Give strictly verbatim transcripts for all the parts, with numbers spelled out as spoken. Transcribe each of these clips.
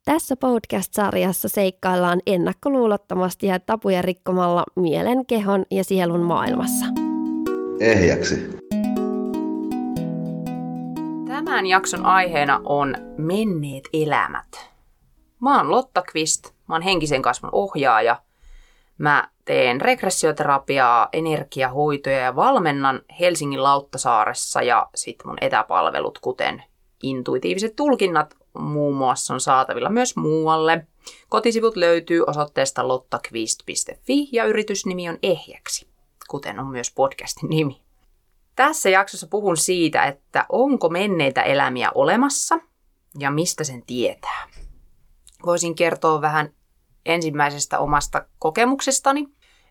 Tässä podcast-sarjassa seikkaillaan ennakkoluulottomasti ja tabuja rikkomalla mielen, kehon ja sielun maailmassa. Ehjäksi. Tämän jakson aiheena on menneet elämät. Mä oon Lotta Kvist, mä oon henkisen kasvun ohjaaja. Mä teen regressioterapiaa, energiahoitoja ja valmennan Helsingin Lauttasaaressa ja sitten mun etäpalvelut, kuten intuitiiviset tulkinnat, muun muassa on saatavilla myös muualle. Kotisivut löytyy osoitteesta lottakvist piste fi ja yritysnimi on Ehjäksi, kuten on myös podcastin nimi. Tässä jaksossa puhun siitä, että onko menneitä elämiä olemassa ja mistä sen tietää. Voisin kertoa vähän ensimmäisestä omasta kokemuksestani.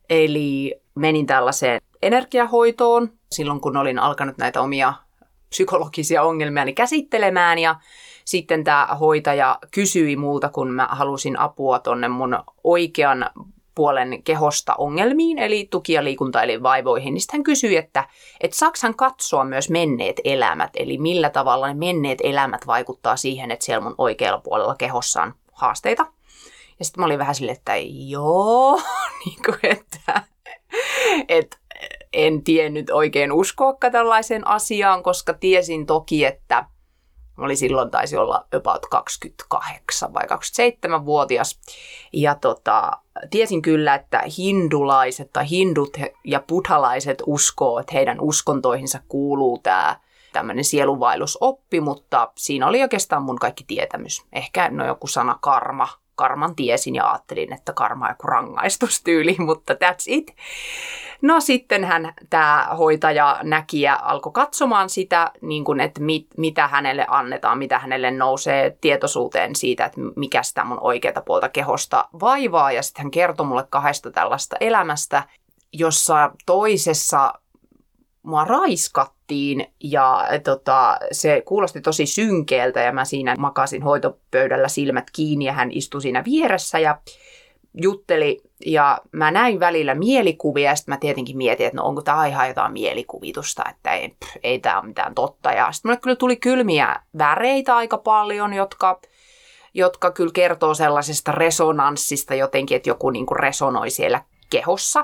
Eli menin tällaiseen energiahoitoon silloin, kun olin alkanut näitä omia psykologisia ongelmiani käsittelemään. Ja sitten tämä hoitaja kysyi multa, kun mä halusin apua tonne mun oikean puolen kehosta ongelmiin, eli tuki- ja liikuntaelinvaivoihin, niin sitten hän kysyi, että et saaks hän katsoa myös menneet elämät, eli millä tavalla ne menneet elämät vaikuttaa siihen, että siellä mun oikealla puolella kehossa on haasteita. Ja sitten mä olin vähän silleen, että joo, niin kuin, että, että en tiennyt oikein uskoakaan tällaiseen asiaan, koska tiesin toki, että mä olin silloin taisi olla about kaksikymmentäkahdeksan vai kaksikymmentäseitsemän-vuotias. Ja tota, tiesin kyllä, että hindulaiset tai hindut ja buddhalaiset uskoo, että heidän uskontoihinsa kuuluu tämä tämmöinen sielunvaellusoppi, mutta siinä oli oikeastaan mun kaikki tietämys. Ehkä no joku sana karma. Karman tiesin ja ajattelin, että karma on joku rangaistustyyli, mutta that's it. No sittenhän tämä hoitaja näki ja alkoi katsomaan sitä, niin kuin, että mit, mitä hänelle annetaan, mitä hänelle nousee tietoisuuteen siitä, että mikä sitä mun oikeata puolta kehosta vaivaa. Ja sitten hän kertoi mulle kahdesta tällaista elämästä, jossa toisessa mua raiskattiin ja tota, se kuulosti tosi synkeältä ja mä siinä makasin hoitopöydällä silmät kiinni ja hän istui siinä vieressä ja jutteli ja mä näin välillä mielikuvia ja sitten mä tietenkin mietin, että no onko tämä ihan jotain mielikuvitusta, että ei, pff, ei tämä ole mitään totta. Ja sitten mulle kyllä tuli kylmiä väreitä aika paljon, jotka, jotka kyllä kertoo sellaisesta resonanssista jotenkin, että joku niin kuin resonoi siellä kehossa.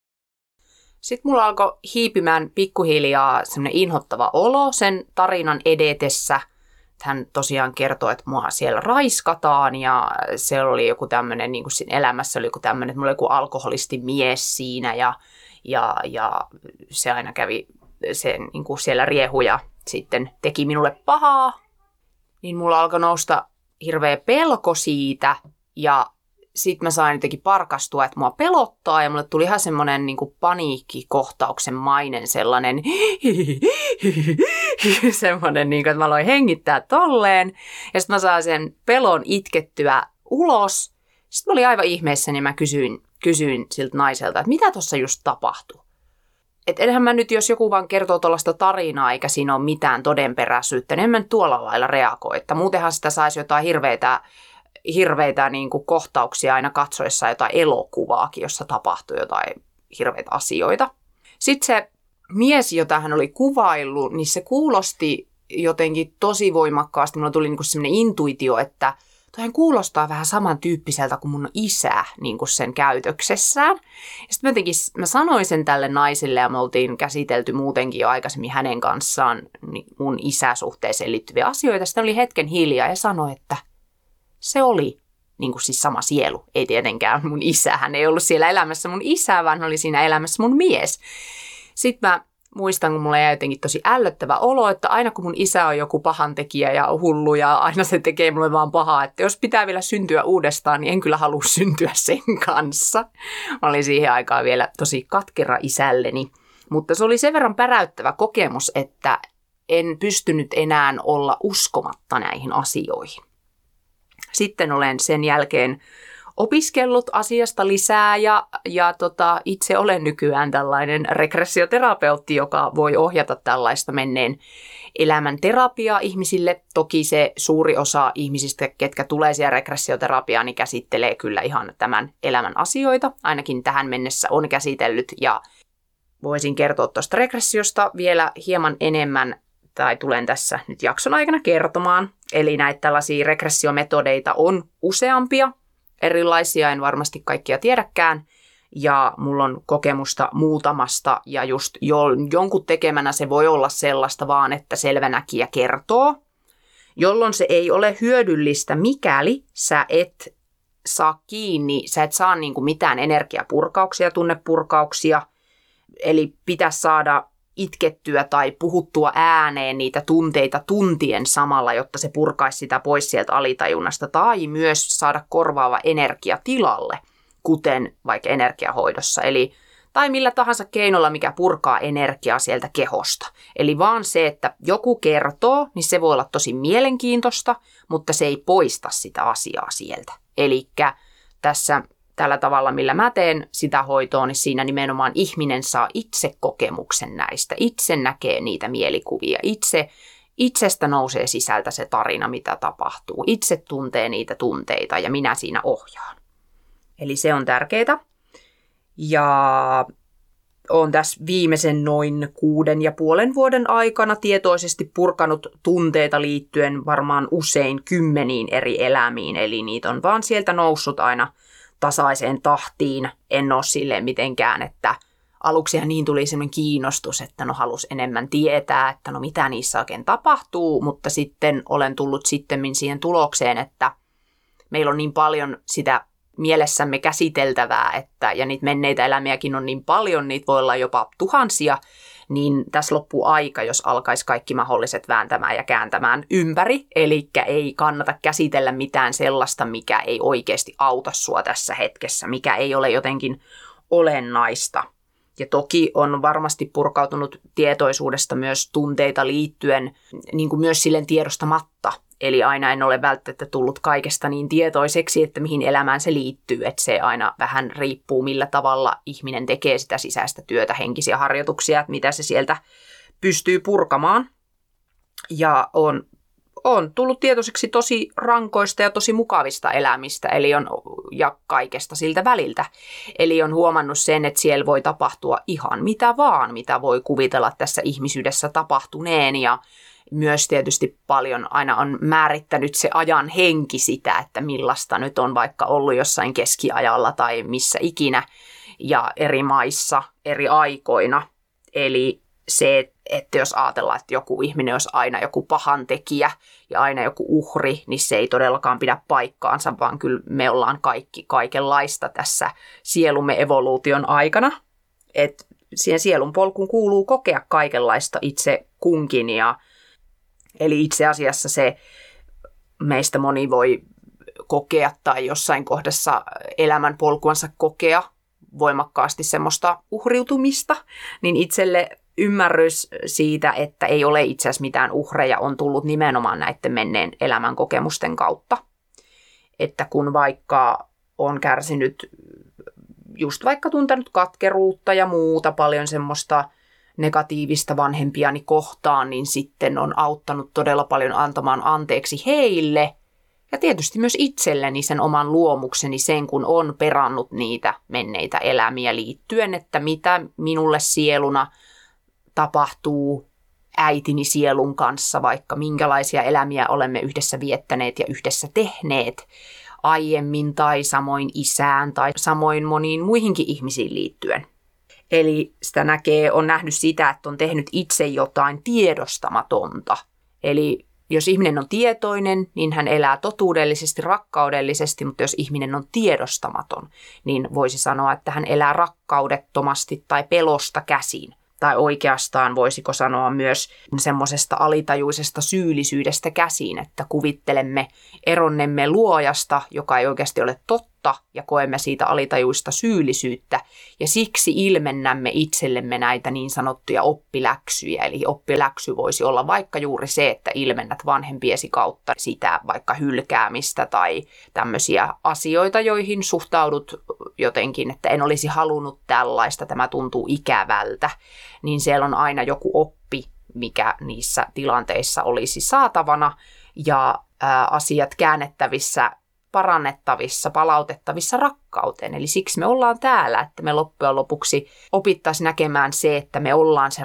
Sitten mulla alkoi hiipimään pikkuhiljaa semmoinen inhottava olo sen tarinan edetessä. Hän tosiaan kertoi, että mua siellä raiskataan ja se oli joku tämmöinen, niin kuin siinä elämässä oli joku tämmöinen, että mulla oli joku alkoholisti mies siinä ja, ja, ja se aina kävi se, niin kuin siellä riehu ja sitten teki minulle pahaa. Niin mulla alkoi nousta hirveä pelko siitä ja sitten mä sain jotenkin parkastua, että mua pelottaa ja mulle tuli ihan semmoinen niin kuin paniikkikohtauksen mainen sellainen semmoinen, niin kuin, että mä aloin hengittää tolleen. Ja sitten mä sain sen pelon itkettyä ulos. Sitten mä olin aivan ihmeessä, niin mä kysyin, kysyin siltä naiselta, että mitä tuossa just tapahtui. Että enhän mä nyt, jos joku vaan kertoo tuollaista tarinaa eikä siinä ole mitään todenperäisyyttä, niin en mä nyt tuolla lailla reagoi. Että muutenhan sitä saisi jotain hirveitä... hirveitä niin kuin kohtauksia aina katsoessa jotain elokuvaakin, jossa tapahtui jotain hirveitä asioita. Sitten se mies, jota hän oli kuvaillut, niin se kuulosti jotenkin tosi voimakkaasti. Mulla tuli niin kuin sellainen intuitio, että hän kuulostaa vähän samantyyppiseltä kuin mun isä niin kuin sen käytöksessään. Sitten jotenkin mä sanoin sen tälle naiselle ja me oltiin käsitelty muutenkin jo aikaisemmin hänen kanssaan mun isäsuhteeseen liittyviä asioita. Sitten oli hetken hiljaa ja sanoi, että se oli niin kuin siis sama sielu, ei tietenkään mun isä. Hän ei ollut siellä elämässä mun isä, vaan oli siinä elämässä mun mies. Sitten mä muistan, kun mulla jäi jotenkin tosi ällöttävä olo, että aina kun mun isä on joku pahantekijä ja hullu ja aina se tekee mulle vaan pahaa, että jos pitää vielä syntyä uudestaan, niin en kyllä halua syntyä sen kanssa. Mä olin siihen aikaan vielä tosi katkera isälleni, mutta se oli sen verran päräyttävä kokemus, että en pystynyt enää olla uskomatta näihin asioihin. Sitten olen sen jälkeen opiskellut asiasta lisää ja, ja tota, itse olen nykyään tällainen regressioterapeutti, joka voi ohjata tällaista menneen elämän terapiaa ihmisille. Toki se suuri osa ihmisistä, ketkä tulee siellä regressioterapiaan, niin käsittelee kyllä ihan tämän elämän asioita. Ainakin tähän mennessä on käsitellyt ja voisin kertoa tuosta regressiosta vielä hieman enemmän tai tulen tässä nyt jakson aikana kertomaan. Eli näitä tällaisia regressiometodeita on useampia, erilaisia, en varmasti kaikkia tiedäkään. Ja mulla on kokemusta muutamasta ja just jo, jonkun tekemänä se voi olla sellaista vaan, että selvänäkijä kertoo, jolloin se ei ole hyödyllistä, mikäli sä et saa kiinni, sä et saa niinku mitään energiapurkauksia, tunnepurkauksia, eli pitäisi saada itkettyä tai puhuttua ääneen niitä tunteita tuntien samalla, jotta se purkaisi sitä pois sieltä alitajunnasta, tai myös saada korvaava energia tilalle, kuten vaikka energiahoidossa, eli tai millä tahansa keinolla, mikä purkaa energiaa sieltä kehosta. Eli vaan se, että joku kertoo, niin se voi olla tosi mielenkiintoista, mutta se ei poista sitä asiaa sieltä. Eli tässä tällä tavalla, millä mä teen sitä hoitoa, niin siinä nimenomaan ihminen saa itse kokemuksen näistä, itse näkee niitä mielikuvia, itse, itsestä nousee sisältä se tarina, mitä tapahtuu, itse tuntee niitä tunteita ja minä siinä ohjaan. Eli se on tärkeää. Ja olen tässä viimeisen noin kuuden ja puolen vuoden aikana tietoisesti purkanut tunteita liittyen varmaan usein kymmeniin eri elämiin. Eli niitä on vaan sieltä noussut aina tasaiseen tahtiin. En ole silleen mitenkään, että aluksihan niin tuli sellainen kiinnostus, että no halus enemmän tietää, että no mitä niissä oikein tapahtuu. Mutta sitten olen tullut sittemmin siihen tulokseen, että meillä on niin paljon sitä mielessämme käsiteltävää, että, ja niitä menneitä elämiäkin on niin paljon, niitä voi olla jopa tuhansia, niin tässä loppuu aika, jos alkaisi kaikki mahdolliset vääntämään ja kääntämään ympäri, eli ei kannata käsitellä mitään sellaista, mikä ei oikeasti auta sua tässä hetkessä, mikä ei ole jotenkin olennaista. Ja toki on varmasti purkautunut tietoisuudesta myös tunteita liittyen, niin kuin myös silleen tiedostamatta. Eli aina en ole välttämättä tullut kaikesta niin tietoiseksi, että mihin elämään se liittyy. Että se aina vähän riippuu, millä tavalla ihminen tekee sitä sisäistä työtä, henkisiä harjoituksia, että mitä se sieltä pystyy purkamaan. Ja on, on tullut tietoiseksi tosi rankoista ja tosi mukavista elämistä eli on, ja kaikesta siltä väliltä. Eli on huomannut sen, että siellä voi tapahtua ihan mitä vaan, mitä voi kuvitella tässä ihmisyydessä tapahtuneen ja myös tietysti paljon aina on määrittänyt se ajan henki sitä, että millaista nyt on vaikka ollut jossain keskiajalla tai missä ikinä ja eri maissa eri aikoina. Eli se, että jos ajatellaan, että joku ihminen olisi aina joku pahantekijä ja aina joku uhri, niin se ei todellakaan pidä paikkaansa, vaan kyllä me ollaan kaikki kaikenlaista tässä sielumme evoluution aikana. Että siihen sielun polkuun kuuluu kokea kaikenlaista itse kunkin ja eli itse asiassa se meistä moni voi kokea tai jossain kohdassa elämän polkuansa kokea voimakkaasti semmoista uhriutumista, niin itselle ymmärrys siitä, että ei ole itse asiassa mitään uhreja, on tullut nimenomaan näiden menneen elämän kokemusten kautta. Että kun vaikka on kärsinyt, just vaikka tuntenut katkeruutta ja muuta paljon semmoista negatiivista vanhempiani kohtaan, niin sitten on auttanut todella paljon antamaan anteeksi heille ja tietysti myös itselleni sen oman luomukseni sen, kun on perannut niitä menneitä elämiä liittyen, että mitä minulle sieluna tapahtuu äitini sielun kanssa, vaikka minkälaisia elämiä olemme yhdessä viettäneet ja yhdessä tehneet aiemmin tai samoin isään tai samoin moniin muihinkin ihmisiin liittyen. Eli sitä näkee, on nähnyt sitä, että on tehnyt itse jotain tiedostamatonta. Eli jos ihminen on tietoinen, niin hän elää totuudellisesti, rakkaudellisesti, mutta jos ihminen on tiedostamaton, niin voisi sanoa, että hän elää rakkaudettomasti tai pelosta käsin. Tai oikeastaan voisiko sanoa myös semmoisesta alitajuisesta syyllisyydestä käsin, että kuvittelemme eronnemme luojasta, joka ei oikeasti ole totta, ja koemme siitä alitajuista syyllisyyttä, ja siksi ilmennämme itsellemme näitä niin sanottuja oppiläksyjä. Eli oppiläksy voisi olla vaikka juuri se, että ilmennät vanhempiesi kautta sitä vaikka hylkäämistä tai tämmöisiä asioita, joihin suhtaudut jotenkin, että en olisi halunnut tällaista, tämä tuntuu ikävältä, niin siellä on aina joku oppi, mikä niissä tilanteissa olisi saatavana, ja ää, asiat käännettävissä, parannettavissa, palautettavissa rakkauteen. Eli siksi me ollaan täällä, että me loppujen lopuksi opittaisiin näkemään se, että me ollaan se rakkaus.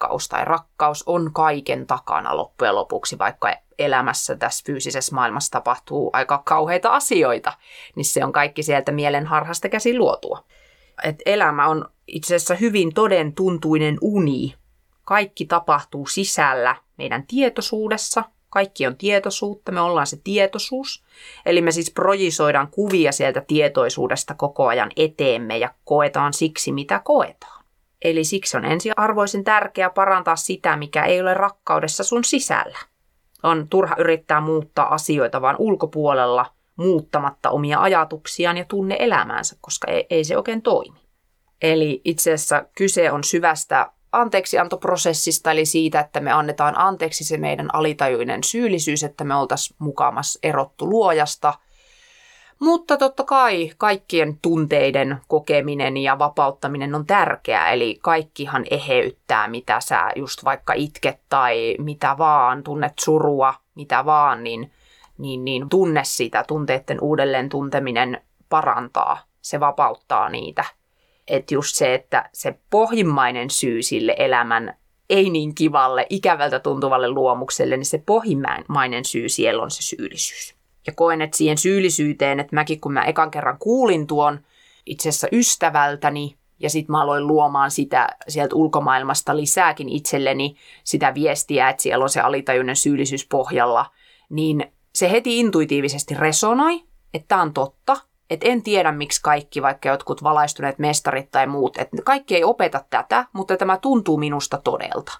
rakkaus, tai rakkaus on kaiken takana loppujen lopuksi, vaikka elämässä tässä fyysisessä maailmassa tapahtuu aika kauheita asioita, niin se on kaikki sieltä mielen harhasta käsin luotua. Et elämä on itse asiassa hyvin toden tuntuinen uni. Kaikki tapahtuu sisällä meidän tietoisuudessa. Kaikki on tietoisuutta, me ollaan se tietoisuus. Eli me siis projisoidaan kuvia sieltä tietoisuudesta koko ajan eteemme ja koetaan siksi, mitä koetaan. Eli siksi on ensiarvoisen tärkeää parantaa sitä, mikä ei ole rakkaudessa sun sisällä. On turha yrittää muuttaa asioita vaan ulkopuolella, muuttamatta omia ajatuksiaan ja tunne-elämäänsä, koska ei, ei se oikein toimi. Eli itse asiassa kyse on syvästä anteeksiantoprosessista, eli siitä, että me annetaan anteeksi se meidän alitajuinen syyllisyys, että me oltaisiin mukamas erottu luojasta. Mutta totta kai kaikkien tunteiden kokeminen ja vapauttaminen on tärkeää, eli kaikkihan eheyttää, mitä sä just vaikka itket tai mitä vaan, tunnet surua, mitä vaan, niin, niin, niin tunne sitä, tunteiden uudelleen tunteminen parantaa, se vapauttaa niitä. Että just se, että se pohjimmainen syy sille elämän ei niin kivalle, ikävältä tuntuvalle luomukselle, niin se pohjimmainen syy siellä on se syyllisyys. Ja koen, että siihen syyllisyyteen, että mäkin kun mä ekan kerran kuulin tuon itse asiassa ystävältäni, ja sitten mä aloin luomaan sitä sieltä ulkomaailmasta lisääkin itselleni sitä viestiä, että siellä on se alitajuinen syyllisyys pohjalla, niin se heti intuitiivisesti resonoi, että tämä on totta. Että en tiedä, miksi kaikki, vaikka jotkut valaistuneet mestarit tai muut, että kaikki ei opeta tätä, mutta tämä tuntuu minusta todelta.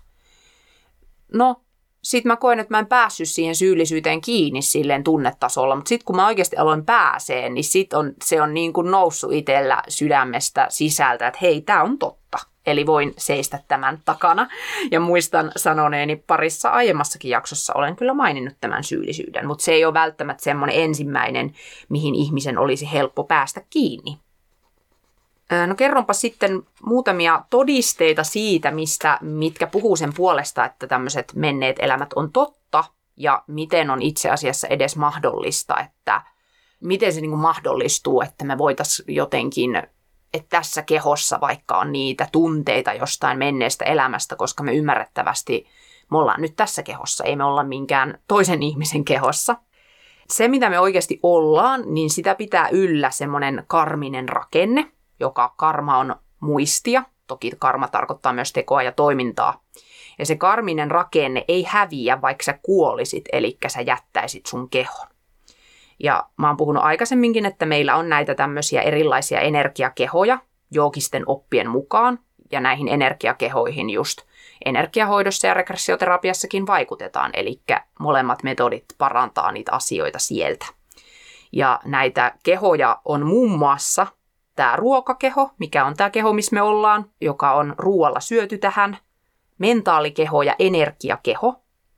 No, sit mä koen, että mä en päässyt siihen syyllisyyteen kiinni silleen tunnetasolla, mutta sitten kun mä oikeasti aloin pääseen, niin sit on, se on niin kuin noussut itsellä sydämestä sisältä, että hei, tää on totta. Eli voin seistä tämän takana. Ja muistan sanoneeni parissa aiemmassakin jaksossa, olen kyllä maininnut tämän syyllisyyden, mutta se ei ole välttämättä semmoinen ensimmäinen, mihin ihmisen olisi helppo päästä kiinni. No kerronpa sitten muutamia todisteita siitä, mistä, mitkä puhuu sen puolesta, että tämmöiset menneet elämät on totta ja miten on itse asiassa edes mahdollista, että miten se niin kuin mahdollistuu, että me voitaisiin jotenkin, että tässä kehossa vaikka on niitä tunteita jostain menneestä elämästä, koska me ymmärrettävästi me ollaan nyt tässä kehossa, ei me olla minkään toisen ihmisen kehossa. Se, mitä me oikeasti ollaan, niin sitä pitää yllä semmoinen karminen rakenne, joka karma on muistia. Toki karma tarkoittaa myös tekoa ja toimintaa. Ja se karminen rakenne ei häviä, vaikka sä kuolisit, eli sä jättäisit sun kehon. Ja mä oon puhunut aikaisemminkin, että meillä on näitä tämmöisiä erilaisia energiakehoja joogisten oppien mukaan. Ja näihin energiakehoihin just energiahoidossa ja regressioterapiassakin vaikutetaan. Eli molemmat metodit parantaa niitä asioita sieltä. Ja näitä kehoja on muun muassa tämä ruokakeho, mikä on tämä keho, missä me ollaan, joka on ruoalla syöty tähän, mentaalikeho ja energiakeho.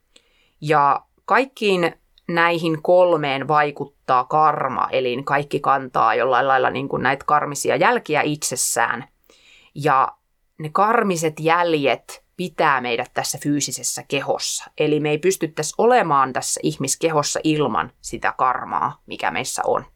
Ja kaikkiin näihin kolmeen vaikuttaa karma, eli kaikki kantaa jollain lailla niin kuin näitä karmisia jälkiä itsessään. Ja ne karmiset jäljet pitää meidät tässä fyysisessä kehossa. Eli me ei pystyttäisi olemaan tässä ihmiskehossa ilman sitä karmaa, mikä meissä on.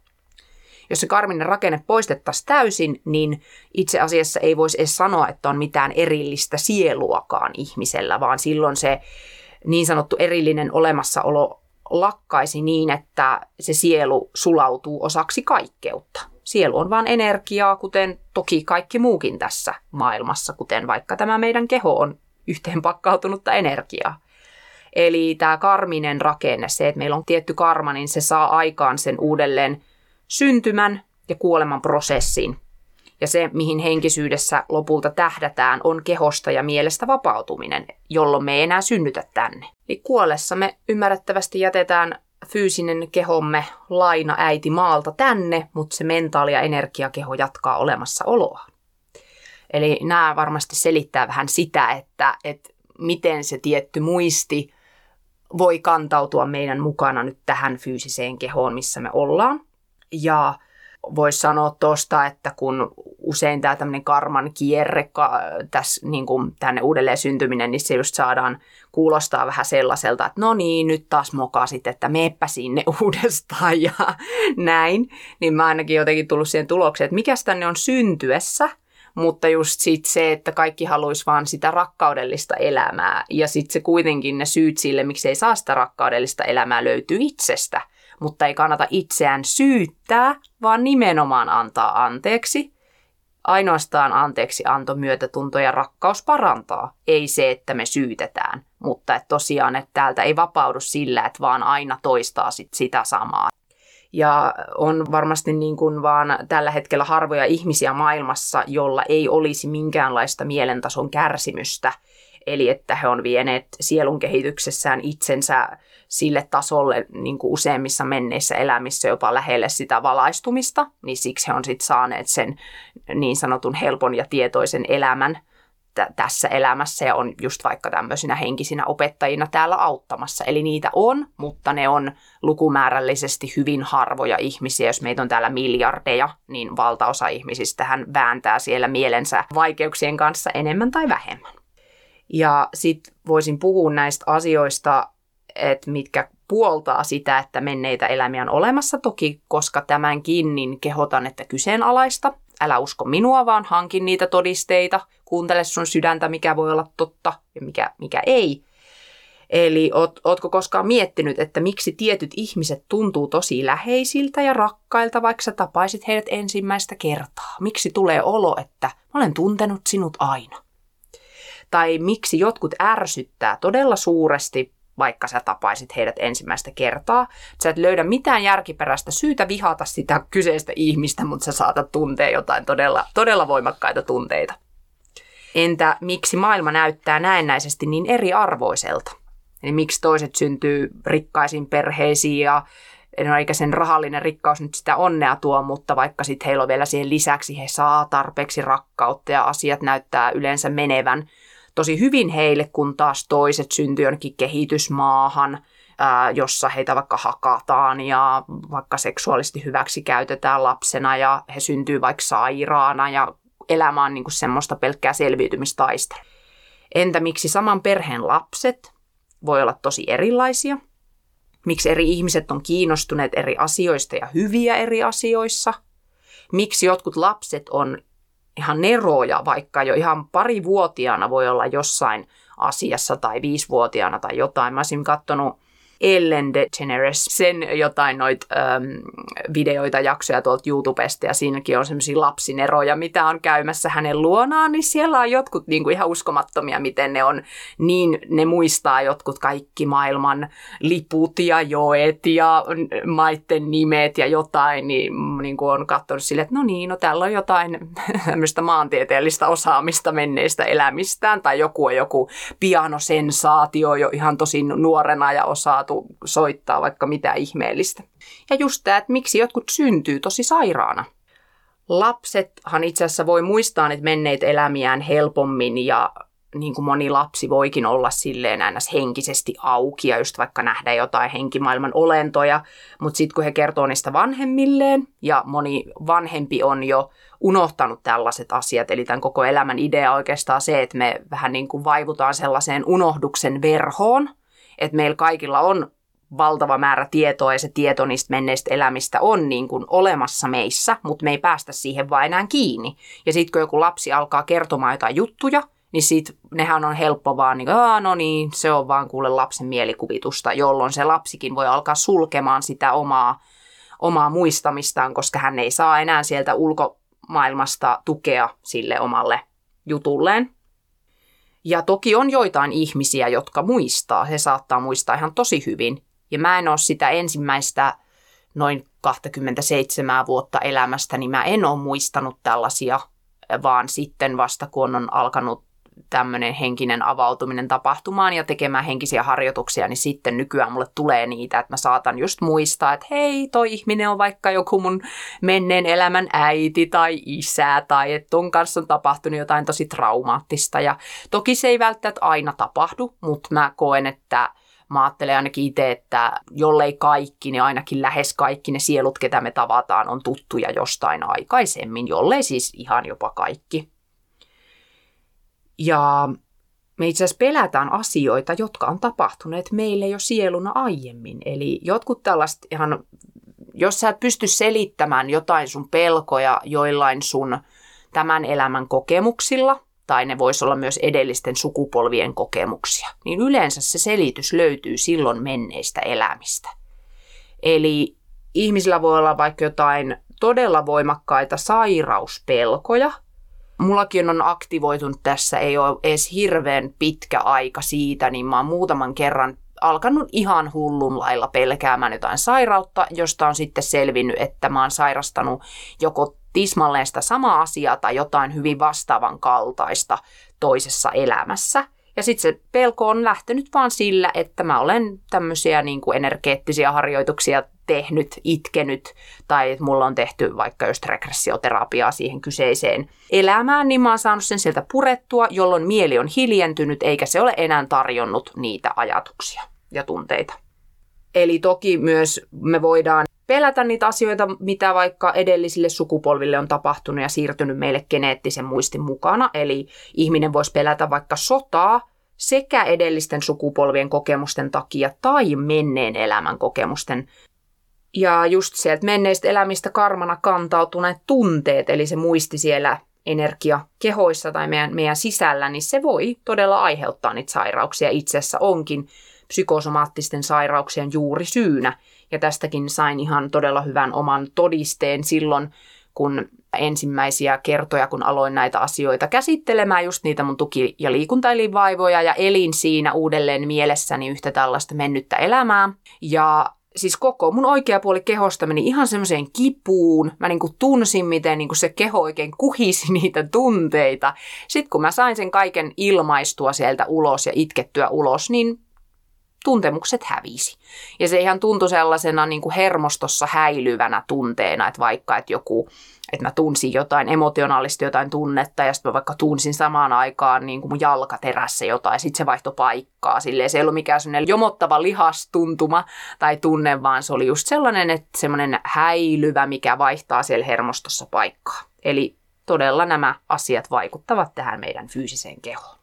Jos se karminen rakenne poistettaisiin täysin, niin itse asiassa ei voisi edes sanoa, että on mitään erillistä sieluakaan ihmisellä, vaan silloin se niin sanottu erillinen olemassaolo lakkaisi niin, että se sielu sulautuu osaksi kaikkeutta. Sielu on vain energiaa, kuten toki kaikki muukin tässä maailmassa, kuten vaikka tämä meidän keho on yhteen pakkautunutta energiaa. Eli tämä karminen rakenne, se, että meillä on tietty karma, niin se saa aikaan sen uudelleen syntymän ja kuoleman prosessin. Ja se, mihin henkisyydessä lopulta tähdätään, on kehosta ja mielestä vapautuminen, jolloin me ei enää synnytä tänne. Eli kuollessa me ymmärrettävästi jätetään fyysinen kehomme laina äiti maalta tänne, mutta se mentaali- ja energiakeho jatkaa olemassaoloa. Eli nämä varmasti selittää vähän sitä, että, että miten se tietty muisti voi kantautua meidän mukana nyt tähän fyysiseen kehoon, missä me ollaan. Ja voisi sanoa tuosta, että kun usein tämä tämmöinen karman kierre, tässä niin kuin tänne uudelleen syntyminen, niin se just saadaan kuulostaa vähän sellaiselta, että no niin, nyt taas mokasit, että meepä sinne uudestaan ja näin. Niin mä ainakin jotenkin tullut siihen tulokseen, että mikäs tänne on syntyessä, mutta just sit se, että kaikki haluaisi vaan sitä rakkaudellista elämää. Ja sitten se kuitenkin ne syyt sille, miksi ei saa sitä rakkaudellista elämää, löytyy itsestä. Mutta ei kannata itseään syyttää, vaan nimenomaan antaa anteeksi. Ainoastaan anteeksi anto, myötätunto ja rakkaus parantaa. Ei se, että me syytetään, mutta että tosiaan, että täältä ei vapaudu sillä, että vaan aina toistaa sit sitä samaa. Ja on varmasti niin kuin vaan tällä hetkellä harvoja ihmisiä maailmassa, jolla ei olisi minkäänlaista mielentason kärsimystä. Eli että he on vieneet sielun kehityksessään itsensä sille tasolle niin kuin useimmissa menneissä elämissä jopa lähelle sitä valaistumista, niin siksi he on sitten saaneet sen niin sanotun helpon ja tietoisen elämän t- tässä elämässä ja on just vaikka tämmöisinä henkisinä opettajina täällä auttamassa. Eli niitä on, mutta ne on lukumäärällisesti hyvin harvoja ihmisiä. Jos meitä on täällä miljardeja, niin valtaosa ihmisistähän vääntää siellä mielensä vaikeuksien kanssa enemmän tai vähemmän. Ja sitten voisin puhua näistä asioista, että mitkä puoltaa sitä, että menneitä elämiä on olemassa toki, koska tämänkin niin kehotan, että kyseenalaista. Älä usko minua, vaan hankin niitä todisteita. Kuuntele sun sydäntä, mikä voi olla totta ja mikä, mikä ei. Eli oot, ootko koskaan miettinyt, että miksi tietyt ihmiset tuntuu tosi läheisiltä ja rakkailta, vaikka sä tapaisit heidät ensimmäistä kertaa? Miksi tulee olo, että mä olen tuntenut sinut aina? Tai miksi jotkut ärsyttää todella suuresti, vaikka sä tapaisit heidät ensimmäistä kertaa. Sä et löydä mitään järkiperäistä syytä vihata sitä kyseistä ihmistä, mutta sä saatat tuntea jotain todella, todella voimakkaita tunteita. Entä miksi maailma näyttää näennäisesti niin eriarvoiselta? Eli miksi toiset syntyy rikkaisiin perheisiin ja no eikä sen rahallinen rikkaus nyt sitä onnea tuo, mutta vaikka sitten heillä on vielä siihen lisäksi, he saa tarpeeksi rakkautta ja asiat näyttää yleensä menevän tosi hyvin heille, kun taas toiset syntyy jonnekin kehitysmaahan, ää, jossa heitä vaikka hakataan ja vaikka seksuaalisesti hyväksi käytetään lapsena ja he syntyy vaikka sairaana ja elämä on niinku semmoista pelkkää selviytymistaistelua. Entä miksi saman perheen lapset voi olla tosi erilaisia? Miksi eri ihmiset on kiinnostuneet eri asioista ja hyviä eri asioissa? Miksi jotkut lapset on ihan neroja, vaikka jo ihan parivuotiaana voi olla jossain asiassa tai viisivuotiaana tai jotain. Mä olisin katsonut Ellen DeGeneres, sen jotain noita ähm, videoita, jaksoja tuolta YouTubesta ja siinäkin on semmoisia lapsineroja, mitä on käymässä hänen luonaan, niin siellä on jotkut niin kuin ihan uskomattomia, miten ne on, niin ne muistaa jotkut kaikki maailman liput ja joet ja maitten nimet ja jotain, niin, niin kuin on katsonut silleen, että no niin, no täällä on jotain tämmöistä maantieteellistä osaamista menneistä elämistään, tai joku on joku pianosensaatio jo ihan tosi nuorena ja osaa soittaa vaikka mitä ihmeellistä. Ja just tämä, että miksi jotkut syntyy tosi sairaana. Lapsethan itse asiassa voi muistaa niitä menneitä elämiään helpommin ja niin kuin moni lapsi voikin olla silleen ns. Henkisesti auki ja just vaikka nähdä jotain henkimaailman olentoja, mutta sitten kun he kertoo niistä vanhemmilleen ja moni vanhempi on jo unohtanut tällaiset asiat, eli tämän koko elämän idea oikeastaan se, että me vähän niin kuin vaivutaan sellaiseen unohduksen verhoon, että meillä kaikilla on valtava määrä tietoa ja se tieto niistä menneistä elämistä on niin kuin olemassa meissä, mutta me ei päästä siihen vaan enää kiinni. Ja sitten kun joku lapsi alkaa kertomaan jotain juttuja, niin sit nehän on helppo vaan, niin, Aa, no niin, se on vaan kuule lapsen mielikuvitusta, jolloin se lapsikin voi alkaa sulkemaan sitä omaa, omaa muistamistaan, koska hän ei saa enää sieltä ulkomaailmasta tukea sille omalle jutulleen. Ja toki on joitain ihmisiä, jotka muistaa. He saattaa muistaa ihan tosi hyvin. Ja mä en ole sitä ensimmäistä noin kaksikymmentäseitsemän vuotta elämästä, niin mä en ole muistanut tällaisia, vaan sitten vasta kun on alkanut tämmöinen henkinen avautuminen tapahtumaan ja tekemään henkisiä harjoituksia, niin sitten nykyään mulle tulee niitä, että mä saatan just muistaa, että hei, toi ihminen on vaikka joku mun menneen elämän äiti tai isä, tai että ton kanssa on tapahtunut jotain tosi traumaattista. Ja toki se ei välttämättä aina tapahdu, mutta mä koen, että mä ajattelen ainakin itse, että jollei kaikki, niin ainakin lähes kaikki ne sielut, ketä me tavataan, on tuttuja jostain aikaisemmin, jollei siis ihan jopa kaikki. Ja me itse asiassa pelätään asioita, jotka on tapahtuneet meille jo sieluna aiemmin. Eli jotkut tällaiset ihan, jos sä et pysty selittämään jotain sun pelkoja joillain sun tämän elämän kokemuksilla, tai ne voisi olla myös edellisten sukupolvien kokemuksia, niin yleensä se selitys löytyy silloin menneistä elämistä. Eli ihmisillä voi olla vaikka jotain todella voimakkaita sairauspelkoja. Mullakin on aktivoitunut tässä, ei ole edes hirveän pitkä aika siitä, niin mä oon muutaman kerran alkanut ihan hullun lailla pelkäämään jotain sairautta, josta on sitten selvinnyt, että mä oon sairastanut joko tismalleen sitä samaa asiaa tai jotain hyvin vastaavan kaltaista toisessa elämässä. Ja sitten se pelko on lähtenyt vaan sillä, että mä olen tämmöisiä niin kuin energeettisiä harjoituksia tehnyt, itkenyt, tai että mulla on tehty vaikka just regressioterapiaa siihen kyseiseen elämään, niin mä oon saanut sen sieltä purettua, jolloin mieli on hiljentynyt, eikä se ole enää tarjonnut niitä ajatuksia ja tunteita. Eli toki myös me voidaan pelätä niitä asioita, mitä vaikka edellisille sukupolville on tapahtunut ja siirtynyt meille geneettisen muistin mukana. Eli ihminen voisi pelätä vaikka sotaa sekä edellisten sukupolvien kokemusten takia tai menneen elämän kokemusten. Ja just sieltä menneistä elämistä karmana kantautuneet tunteet, eli se muisti siellä energiakehoissa tai meidän, meidän sisällä, niin se voi todella aiheuttaa niitä sairauksia. Itse asiassa onkin psykosomaattisten sairauksien juuri syynä. Ja tästäkin sain ihan todella hyvän oman todisteen silloin, kun ensimmäisiä kertoja, kun aloin näitä asioita käsittelemään, just niitä mun tuki- ja liikuntaelinvaivoja, ja elin siinä uudelleen mielessäni yhtä tällaista mennyttä elämää. Ja siis koko mun oikea puoli kehosta meni ihan semmoiseen kipuun. Mä niin kuin tunsin, miten niin kuin se keho oikein kuhisi niitä tunteita. Sitten kun mä sain sen kaiken ilmaistua sieltä ulos ja itkettyä ulos, niin tuntemukset hävisi. Ja se ihan tuntui sellaisena niin kuin hermostossa häilyvänä tunteena, että vaikka että joku, että mä tunsin jotain emotionaalisesti jotain tunnetta ja sitten mä vaikka tunsin samaan aikaan niin kuin mun jalkaterässä jotain ja sitten se vaihtoi paikkaa. Silleen se ei ollut mikään sellainen jomottava lihastuntuma tai tunne, vaan se oli just sellainen, että semmoinen häilyvä, mikä vaihtaa siellä hermostossa paikkaa. Eli todella nämä asiat vaikuttavat tähän meidän fyysiseen kehoon.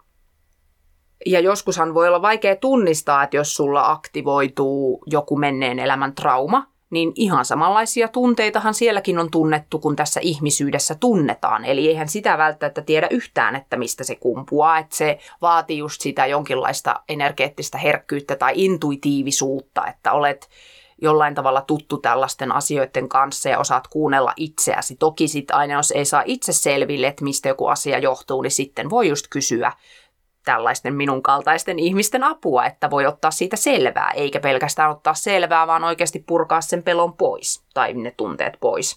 Ja joskushan voi olla vaikea tunnistaa, että jos sulla aktivoituu joku menneen elämän trauma, niin ihan samanlaisia tunteitahan sielläkin on tunnettu, kun tässä ihmisyydessä tunnetaan. Eli eihän sitä välttämättä tiedä yhtään, että mistä se kumpuaa. Että se vaatii just sitä jonkinlaista energeettistä herkkyyttä tai intuitiivisuutta, että olet jollain tavalla tuttu tällaisten asioiden kanssa ja osaat kuunnella itseäsi. Toki sitten aina, jos ei saa itse selville, että mistä joku asia johtuu, niin sitten voi just kysyä tällaisten minun kaltaisten ihmisten apua, että voi ottaa siitä selvää, eikä pelkästään ottaa selvää, vaan oikeasti purkaa sen pelon pois tai ne tunteet pois.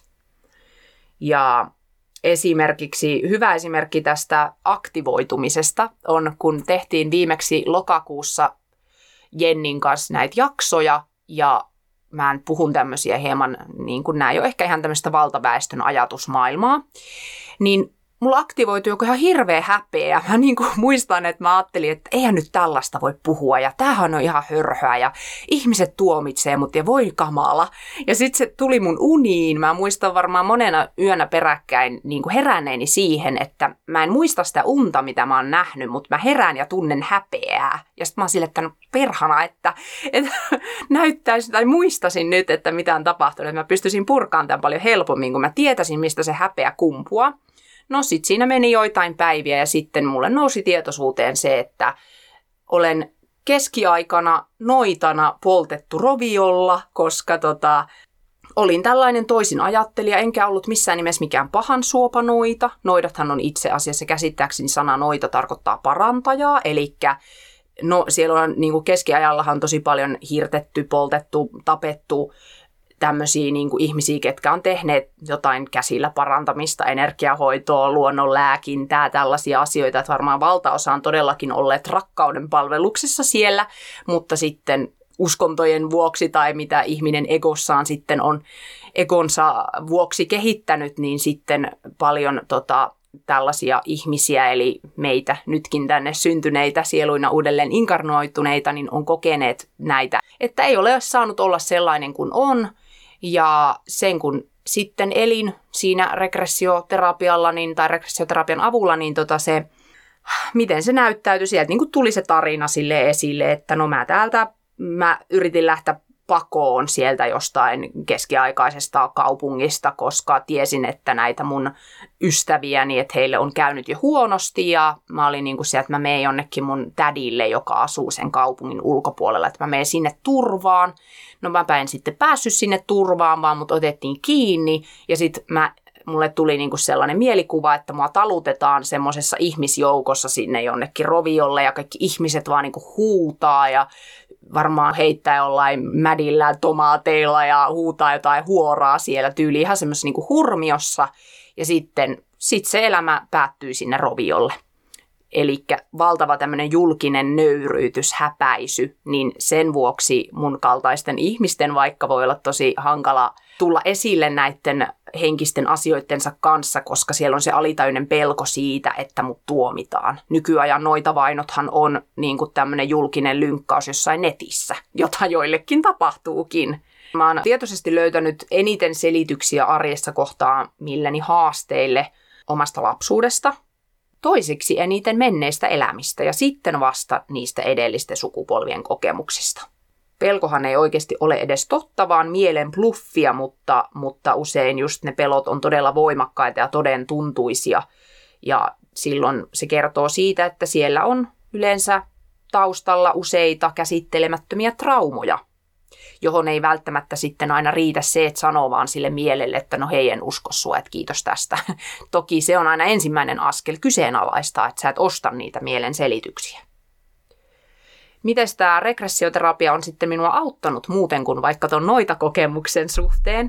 Ja esimerkiksi hyvä esimerkki tästä aktivoitumisesta on, kun tehtiin viimeksi lokakuussa Jennin kanssa näitä jaksoja, ja mä puhun tämmöisiä hieman, niin kuin nämä ei ole ehkä ihan tämmöistä valtaväestön ajatusmaailmaa, niin mulla aktivoitui joku ihan hirveä häpeä. Mä niin kuin muistan, että mä ajattelin, että eihän nyt tällaista voi puhua ja tämähän on ihan hörhöä ja ihmiset tuomitsee mut ja voi kamala. Ja sitten se tuli mun uniin. Mä muistan varmaan monena yönä peräkkäin niin kuin heränneeni siihen, että mä en muista sitä unta, mitä mä oon nähnyt, mutta mä herään ja tunnen häpeää. Ja sitten mä oon sille, että no perhana, että, että näyttäisin tai muistasin nyt, että mitä on tapahtunut. Että mä pystyisin purkaan tämän paljon helpommin, kun mä tietäisin, mistä se häpeä kumpuaa. No sit siinä meni joitain päiviä ja sitten mulle nousi tietoisuuteen se, että olen keskiaikana noitana poltettu roviolla, koska tota, olin tällainen toisin ajattelija, enkä ollut missään nimessä mikään pahan suopa noita. Noidathan on itse asiassa käsittääkseni sana noita tarkoittaa parantajaa, eli no, siellä on niin kuin keskiajallahan tosi paljon hirtetty, poltettu, tapettu tämmöisiä niin kuin ihmisiä, ketkä on tehneet jotain käsillä parantamista, energiahoitoa, luonnonlääkintää, tällaisia asioita, että varmaan valtaosa on todellakin olleet rakkauden palveluksessa siellä, mutta sitten uskontojen vuoksi tai mitä ihminen egossaan sitten on egonsa vuoksi kehittänyt, niin sitten paljon tota, tällaisia ihmisiä, eli meitä nytkin tänne syntyneitä, sieluina uudelleen inkarnoituneita, niin on kokeneet näitä, että ei ole saanut olla sellainen kuin on. Ja sen kun sitten elin siinä regressioterapialla niin, tai regressioterapian avulla, niin tota se, miten se näyttäytyi, sieltä niin kuin tuli se tarina sille esille, että no mä täältä, mä yritin lähteä pakoon sieltä jostain keskiaikaisesta kaupungista, koska tiesin, että näitä mun ystäviäni, että heille on käynyt jo huonosti ja mä olin niin kuin se, että mä menen jonnekin mun tädille, joka asuu sen kaupungin ulkopuolella, että mä menen sinne turvaan. No mä en sitten päässyt sinne turvaan, vaan mut otettiin kiinni ja sitten mä mulle tuli niinku sellainen mielikuva, että mua talutetaan semmoisessa ihmisjoukossa sinne jonnekin roviolle ja kaikki ihmiset vaan niinku huutaa ja varmaan heittää jollain mädillä tomaateilla ja huutaa jotain huoraa siellä tyyli ihan semmoisessa niinku hurmiossa ja sitten sit se elämä päättyy sinne roviolle. Eli valtava tämmöinen julkinen nöyryytys, häpäisy, niin sen vuoksi mun kaltaisten ihmisten vaikka voi olla tosi hankala tulla esille näiden henkisten asioittensa kanssa, koska siellä on se alitajuinen pelko siitä, että mut tuomitaan. Nykyajan noita vainothan on niin kuin tämmöinen julkinen lynkkaus jossain netissä, jota joillekin tapahtuukin. Mä oon tietoisesti löytänyt eniten selityksiä arjessa kohtaan milleni haasteille omasta lapsuudesta, toiseksi eniten menneistä elämistä ja sitten vasta niistä edellisten sukupolvien kokemuksista. Pelkohan ei oikeasti ole edes totta, vaan mielen bluffia, mutta, mutta usein just ne pelot on todella voimakkaita ja toden tuntuisia. Ja silloin se kertoo siitä, että siellä on yleensä taustalla useita käsittelemättömiä traumoja, johon ei välttämättä sitten aina riitä se, että sanoo vaan sille mielelle, että no hei, en usko sua, että kiitos tästä. Toki se on aina ensimmäinen askel kyseenalaistaa, että sä et osta niitä mielen selityksiä. Miten tämä regressioterapia on sitten minua auttanut muuten kuin vaikka tuon noita kokemuksen suhteen?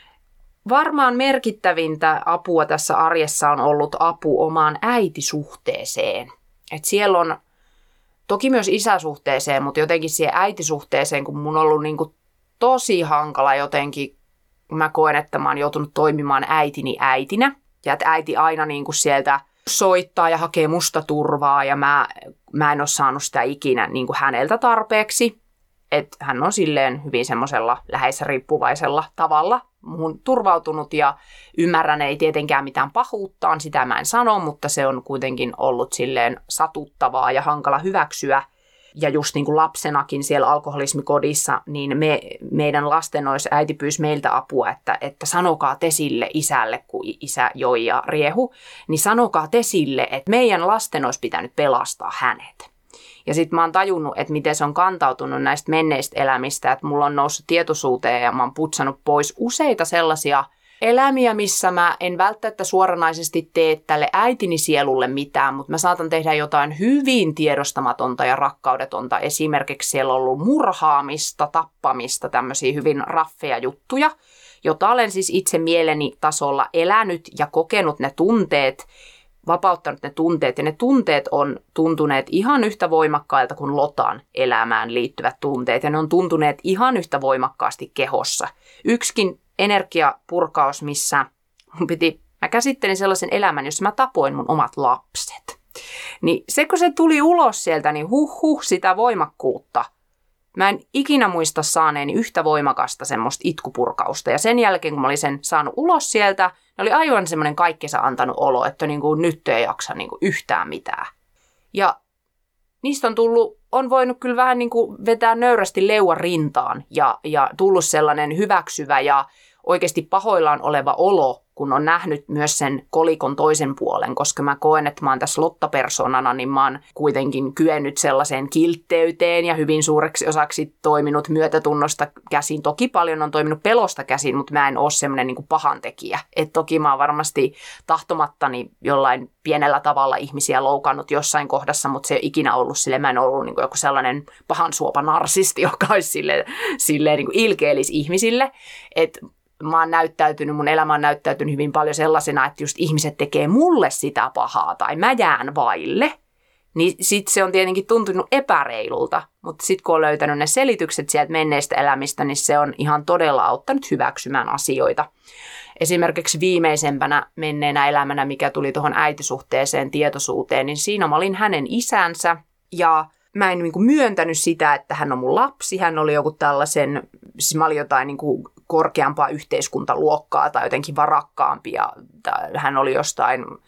Varmaan merkittävintä apua tässä arjessa on ollut apu omaan äitisuhteeseen. Et siellä on toki myös isäsuhteeseen, mutta jotenkin siihen äitisuhteeseen, kun mun on ollut niin kuin tosi hankala jotenkin, mä koen, että mä oon joutunut toimimaan äitini äitinä. Ja että äiti aina niin kuin sieltä soittaa ja hakee musta turvaa ja mä, mä en ole saanut sitä ikinä niin kuin häneltä tarpeeksi. Että hän on silleen hyvin semmoisella läheisriippuvaisella tavalla muhun turvautunut ja ymmärrän, ei tietenkään mitään pahuuttaan, sitä mä en sano, mutta se on kuitenkin ollut silleen satuttavaa ja hankala hyväksyä. Ja just niin kuin lapsenakin siellä alkoholismikodissa, niin me, meidän lasten olisi, äiti pyysi meiltä apua, että, että sanokaa te sille isälle, kun isä joi ja riehu, niin sanokaa te sille, että meidän lasten olisi pitänyt pelastaa hänet. Ja sitten mä oon tajunnut, että miten se on kantautunut näistä menneistä elämistä, että mulla on noussut tietoisuuteen ja mä oon putsannut pois useita sellaisia elämiä, missä mä en välttämättä suoranaisesti tee tälle äitini sielulle mitään, mutta mä saatan tehdä jotain hyvin tiedostamatonta ja rakkaudetonta. Esimerkiksi siellä on ollut murhaamista, tappamista, tämmöisiä hyvin raffeja juttuja, jota olen siis itse mieleni tasolla elänyt ja kokenut ne tunteet, vapauttanut ne tunteet, ja ne tunteet on tuntuneet ihan yhtä voimakkailta kuin Lotan elämään liittyvät tunteet, ja ne on tuntuneet ihan yhtä voimakkaasti kehossa. Yksikin energiapurkaus, missä mun piti, mä käsittelin sellaisen elämän, jossa mä tapoin mun omat lapset. Niin se, kun se tuli ulos sieltä, niin huh huh sitä voimakkuutta. Mä en ikinä muista saaneeni yhtä voimakasta semmoista itkupurkausta. Ja sen jälkeen, kun mä olin sen saanut ulos sieltä, ne oli aivan semmoinen kaikkensa antanut olo, että niin kuin nyt ei jaksa niin kuin yhtään mitään. Ja niistä on tullut, on voinut kyllä vähän niin kuin vetää nöyrästi leuan rintaan ja, ja tullut sellainen hyväksyvä ja oikeasti pahoillaan oleva olo, kun on nähnyt myös sen kolikon toisen puolen, koska mä koen, että mä oon tässä Lotta-persoonana, niin mä oon kuitenkin kyennyt sellaiseen kiltteyteen ja hyvin suureksi osaksi toiminut myötätunnosta käsin. Toki paljon on toiminut pelosta käsin, mutta mä en ole semmoinen niin kuin pahantekijä. Et toki mä oon varmasti tahtomattani jollain pienellä tavalla ihmisiä loukannut jossain kohdassa, mutta se ei ole ikinä ollut sille. Mä en ollut niin kuin joku sellainen pahansuopa narsisti, joka olisi sille, silleen niin kuin ilkeilisi ihmisille. Et mä oon näyttäytynyt, mun elämä on näyttäytynyt hyvin paljon sellaisena, että just ihmiset tekee mulle sitä pahaa tai mä jään vaille, niin sit se on tietenkin tuntunut epäreilulta. Mutta sit kun on löytänyt ne selitykset sieltä menneistä elämistä, niin se on ihan todella auttanut hyväksymään asioita. Esimerkiksi viimeisempänä menneenä elämänä, mikä tuli tuohon äitisuhteeseen tietoisuuteen, niin siinä mä olin hänen isänsä ja mä en niin kuin myöntänyt sitä, että hän on mun lapsi. Hän oli joku tällaisen, siis mä olin jotain niin kuin korkeampaa yhteiskuntaluokkaa tai jotenkin varakkaampi ja hän oli jostain,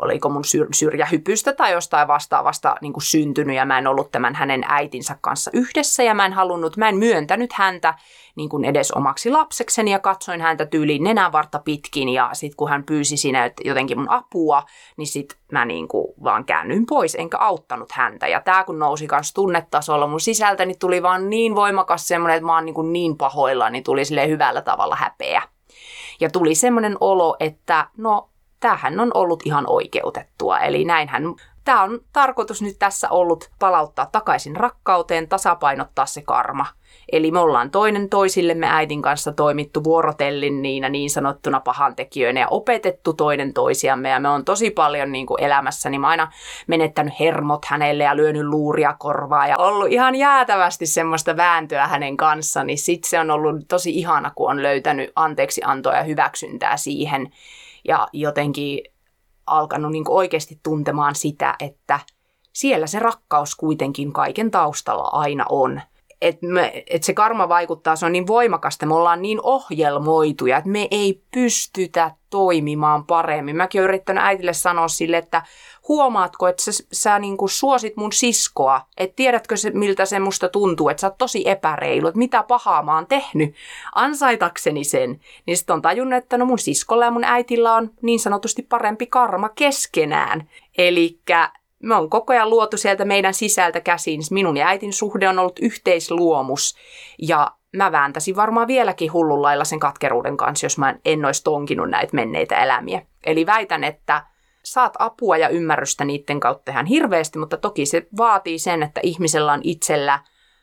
oliko mun syr- syrjähypystä tai jostain vastaavasta niin kuin syntynyt ja mä en ollut tämän hänen äitinsä kanssa yhdessä ja mä en halunnut, mä en myöntänyt häntä niin kuin edes omaksi lapsekseni ja katsoin häntä tyyliin nenänvartta pitkin ja sitten kun hän pyysi siinä jotenkin mun apua, niin sitten mä niin kuin vaan käännyin pois enkä auttanut häntä ja tää kun nousi kans tunnetasolla mun sisältäni tuli vaan niin voimakas semmoinen, että mä oon niin, kuin niin pahoillaan, niin tuli silleen hyvällä tavalla häpeä. Ja tuli semmoinen olo, että no tämähän on ollut ihan oikeutettua. Eli näinhän, tämä on tarkoitus nyt tässä ollut palauttaa takaisin rakkauteen, tasapainottaa se karma. Eli me ollaan toinen toisillemme äidin kanssa toimittu vuorotellin niinä niin sanottuna pahantekijöinä ja opetettu toinen toisiamme. Ja me on tosi paljon niin kuin elämässäni, mä aina menettänyt hermot hänelle ja lyönyt luuria korvaa ja ollut ihan jäätävästi semmoista vääntöä hänen kanssaan. Niin sit se on ollut tosi ihana, kun on löytänyt anteeksiantoa ja hyväksyntää siihen. Ja jotenkin alkanut niin kuin oikeasti tuntemaan sitä, että siellä se rakkaus kuitenkin kaiken taustalla aina on. Että et se karma vaikuttaa, se on niin voimakasta, me ollaan niin ohjelmoituja, että me ei pystytä toimimaan paremmin. Mäkin olen yrittänyt äitille sanoa sille, että huomaatko, että sä, sä niin kuin suosit mun siskoa, että tiedätkö se, miltä se musta tuntuu, että sä oot tosi epäreilu, että mitä pahaa mä oon tehnyt ansaitakseni sen. Niin sitten on tajunnut, että no mun siskolla ja mun äitillä on niin sanotusti parempi karma keskenään. Elikkä me on koko ajan luotu sieltä meidän sisältä käsin. Minun ja äitin suhde on ollut yhteisluomus ja mä vääntäisin varmaan vieläkin hullun lailla sen katkeruuden kanssa, jos mä en olisi tonkinut näitä menneitä elämiä. Eli väitän, että saat apua ja ymmärrystä niiden kautta ihan hirveästi, mutta toki se vaatii sen, että ihmisellä on itsellä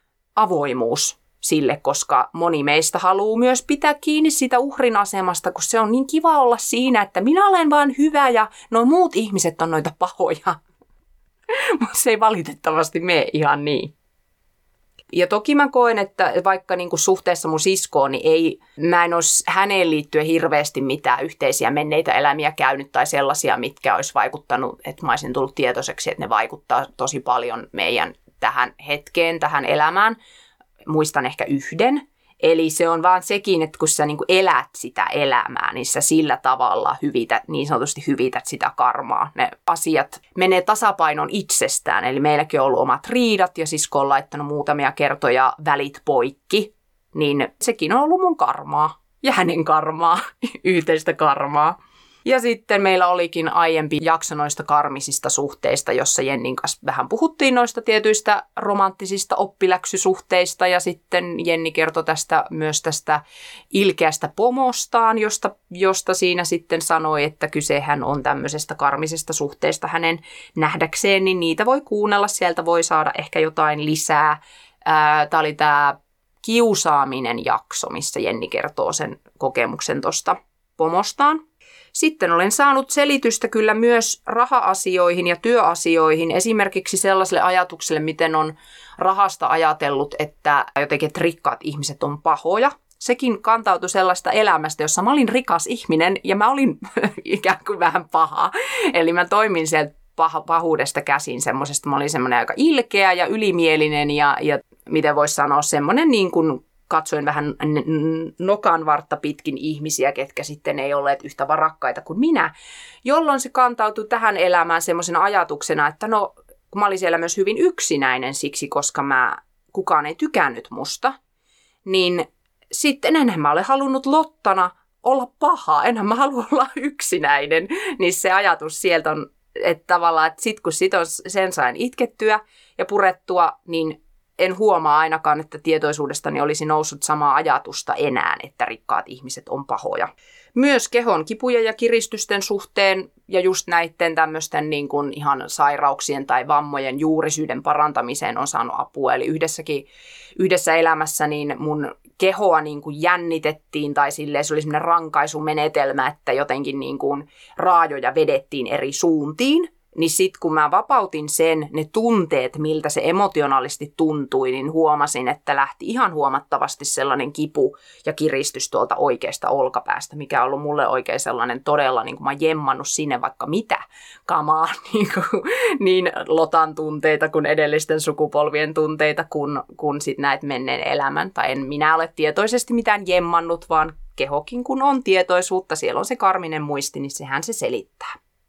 avoimuus sille, koska moni meistä haluaa myös pitää kiinni siitä uhrin asemasta, kun se on niin kiva olla siinä, että minä olen vaan hyvä ja nuo muut ihmiset on noita pahoja. Mutta se ei valitettavasti mene ihan niin. Ja toki mä koen, että vaikka niinku suhteessa mun siskoon, niin ei, mä en olisi häneen liittyen hirveästi mitään yhteisiä menneitä elämiä käynyt tai sellaisia, mitkä olisi vaikuttanut, että mä olisin tullut tietoiseksi, että ne vaikuttaa tosi paljon meidän tähän hetkeen, tähän elämään. Muistan ehkä yhden. Eli se on vaan sekin, että kun sä niin kuin elät sitä elämää, niin sä sillä tavalla hyvität, niin sanotusti hyvität sitä karmaa. Ne asiat menee tasapainoon itsestään. Eli meilläkin on ollut omat riidat ja sisko on laittanut muutamia kertoja välit poikki. Niin sekin on ollut mun karmaa ja hänen karmaa, yhteistä karmaa. Ja sitten meillä olikin aiempi jakso noista karmisista suhteista, jossa Jennin kanssa vähän puhuttiin noista tietyistä romanttisista oppiläksysuhteista. Ja sitten Jenni kertoi tästä myös tästä ilkeästä pomostaan, josta, josta siinä sitten sanoi, että kysehän on tämmöisestä karmisesta suhteesta hänen nähdäkseen. Niin niitä voi kuunnella, sieltä voi saada ehkä jotain lisää. Tämä oli tämä kiusaaminen jakso, missä Jenni kertoo sen kokemuksen tuosta pomostaan. Sitten olen saanut selitystä kyllä myös raha-asioihin ja työasioihin, esimerkiksi sellaiselle ajatukselle, miten on rahasta ajatellut, että jotenkin että rikkaat ihmiset on pahoja. Sekin kantautui sellaista elämästä, jossa mä olin rikas ihminen ja mä olin ikään kuin vähän paha. Eli mä toimin sieltä pah- pahuudesta käsin semmoisesta, mä olin semmoinen aika ilkeä ja ylimielinen ja, ja miten voisi sanoa semmoinen niin kuin katsoin vähän nokan vartta pitkin ihmisiä, ketkä sitten ei olleet yhtä varakkaita kuin minä, jolloin se kantautui tähän elämään semmoisena ajatuksena, että no, kun mä olin siellä myös hyvin yksinäinen siksi, koska mä, kukaan ei tykännyt musta, niin sitten enhän mä ole halunnut Lottana olla paha, enhän mä halua olla yksinäinen, niin se ajatus sieltä on, että tavallaan, että sit kun sit on, sen sain itkettyä ja purettua, niin en huomaa ainakaan, että tietoisuudestani olisi noussut samaa ajatusta enää, että rikkaat ihmiset on pahoja. Myös kehon kipuja ja kiristysten suhteen ja just näiden tämmöisten niin kuin ihan sairauksien tai vammojen juurisyyden parantamiseen on saanut apua. Eli yhdessäkin, yhdessä elämässä niin mun kehoa niin kuin jännitettiin tai silleen se oli semmoinen rankaisumenetelmä, että jotenkin niin kuin raajoja vedettiin eri suuntiin. Niin sitten kun mä vapautin sen, ne tunteet, miltä se emotionaalisesti tuntui, niin huomasin, että lähti ihan huomattavasti sellainen kipu ja kiristys tuolta oikeasta olkapäästä, mikä on ollut mulle oikein sellainen todella, niin kuin mä oon jemmannut sinne vaikka mitä kamaa, niin, kuin, niin Lotan tunteita kuin edellisten sukupolvien tunteita, kun, kun sitten näet menneen elämän. Tai en minä ole tietoisesti mitään jemmannut, vaan kehokin kun on tietoisuutta, siellä on se karminen muisti, niin sehän se selittää.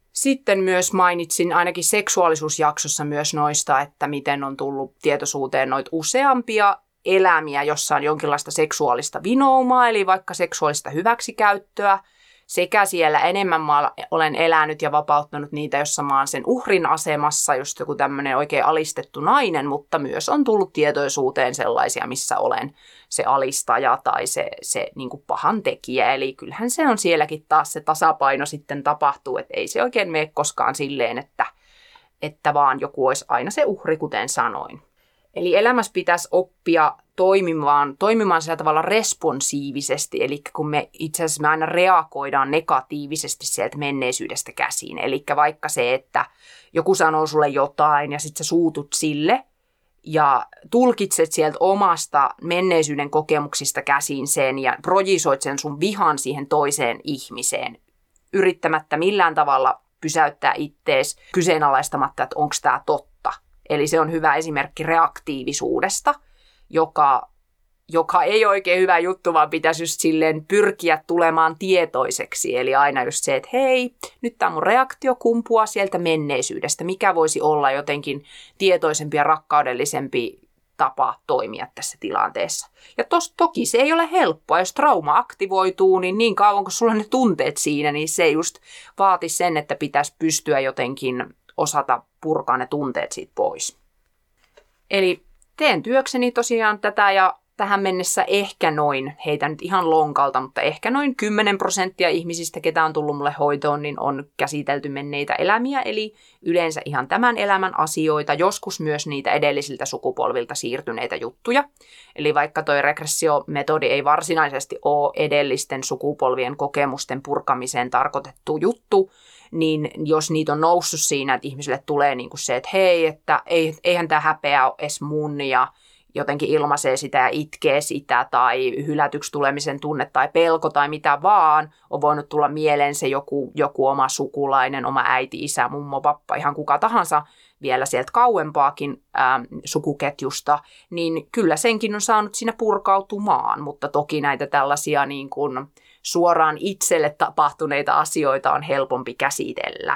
Sitten myös mainitsin ainakin seksuaalisuusjaksossa myös noista, että miten on tullut tietoisuuteen noita useampia elämiä, jossa on jonkinlaista seksuaalista vinoumaa, eli vaikka seksuaalista hyväksikäyttöä. Sekä siellä enemmän mä olen elänyt ja vapauttanut niitä, jossa mä oon sen uhrin asemassa, just joku tämmöinen oikein alistettu nainen, mutta myös on tullut tietoisuuteen sellaisia, missä olen se alistaja tai se, se niin kuin pahan tekijä. Eli kyllähän se on sielläkin taas se tasapaino sitten tapahtuu, että ei se oikein mene koskaan silleen, että, että vaan joku olisi aina se uhri, kuten sanoin. Eli elämässä pitäisi oppia toimimaan, toimimaan sillä tavalla responsiivisesti, eli kun me itse asiassa me aina reagoidaan negatiivisesti sieltä menneisyydestä käsiin. Eli vaikka se, että joku sanoo sulle jotain ja sitten sä suutut sille ja tulkitset sieltä omasta menneisyyden kokemuksista käsiin sen ja projisoit sen sun vihan siihen toiseen ihmiseen, yrittämättä millään tavalla pysäyttää ittees kyseenalaistamatta, että onko tämä totta. Eli se on hyvä esimerkki reaktiivisuudesta, joka, joka ei oikein hyvä juttu, vaan pitäisi just silleen pyrkiä tulemaan tietoiseksi. Eli aina just se, että hei, nyt tämä mun reaktio kumpuaa sieltä menneisyydestä. Mikä voisi olla jotenkin tietoisempi ja rakkaudellisempi tapa toimia tässä tilanteessa. Ja tos, toki se ei ole helppoa. Jos trauma aktivoituu, niin niin kauan kun sulla on ne tunteet siinä, niin se just vaati sen, että pitäisi pystyä jotenkin osata purkaa ne tunteet siitä pois. Eli teen työkseni tosiaan tätä ja tähän mennessä ehkä noin, heitä nyt ihan lonkalta, mutta ehkä noin kymmenen prosenttia ihmisistä, ketä on tullut mulle hoitoon, niin on käsitelty menneitä elämiä, eli yleensä ihan tämän elämän asioita, joskus myös niitä edellisiltä sukupolvilta siirtyneitä juttuja. Eli vaikka toi regressiometodi ei varsinaisesti ole edellisten sukupolvien kokemusten purkamiseen tarkoitettu juttu, niin jos niitä on noussut siinä, että ihmisille tulee niin kuin se, että hei, että eihän tämä häpeä ole edes mun ja jotenkin ilmaisee sitä ja itkee sitä tai hylätyksi tulemisen tunne tai pelko tai mitä vaan, on voinut tulla mieleen se joku, joku oma sukulainen, oma äiti, isä, mummo, pappa, ihan kuka tahansa vielä sieltä kauempaakin ää, sukuketjusta, niin kyllä senkin on saanut siinä purkautumaan, mutta toki näitä tällaisia niin kuin suoraan itselle tapahtuneita asioita on helpompi käsitellä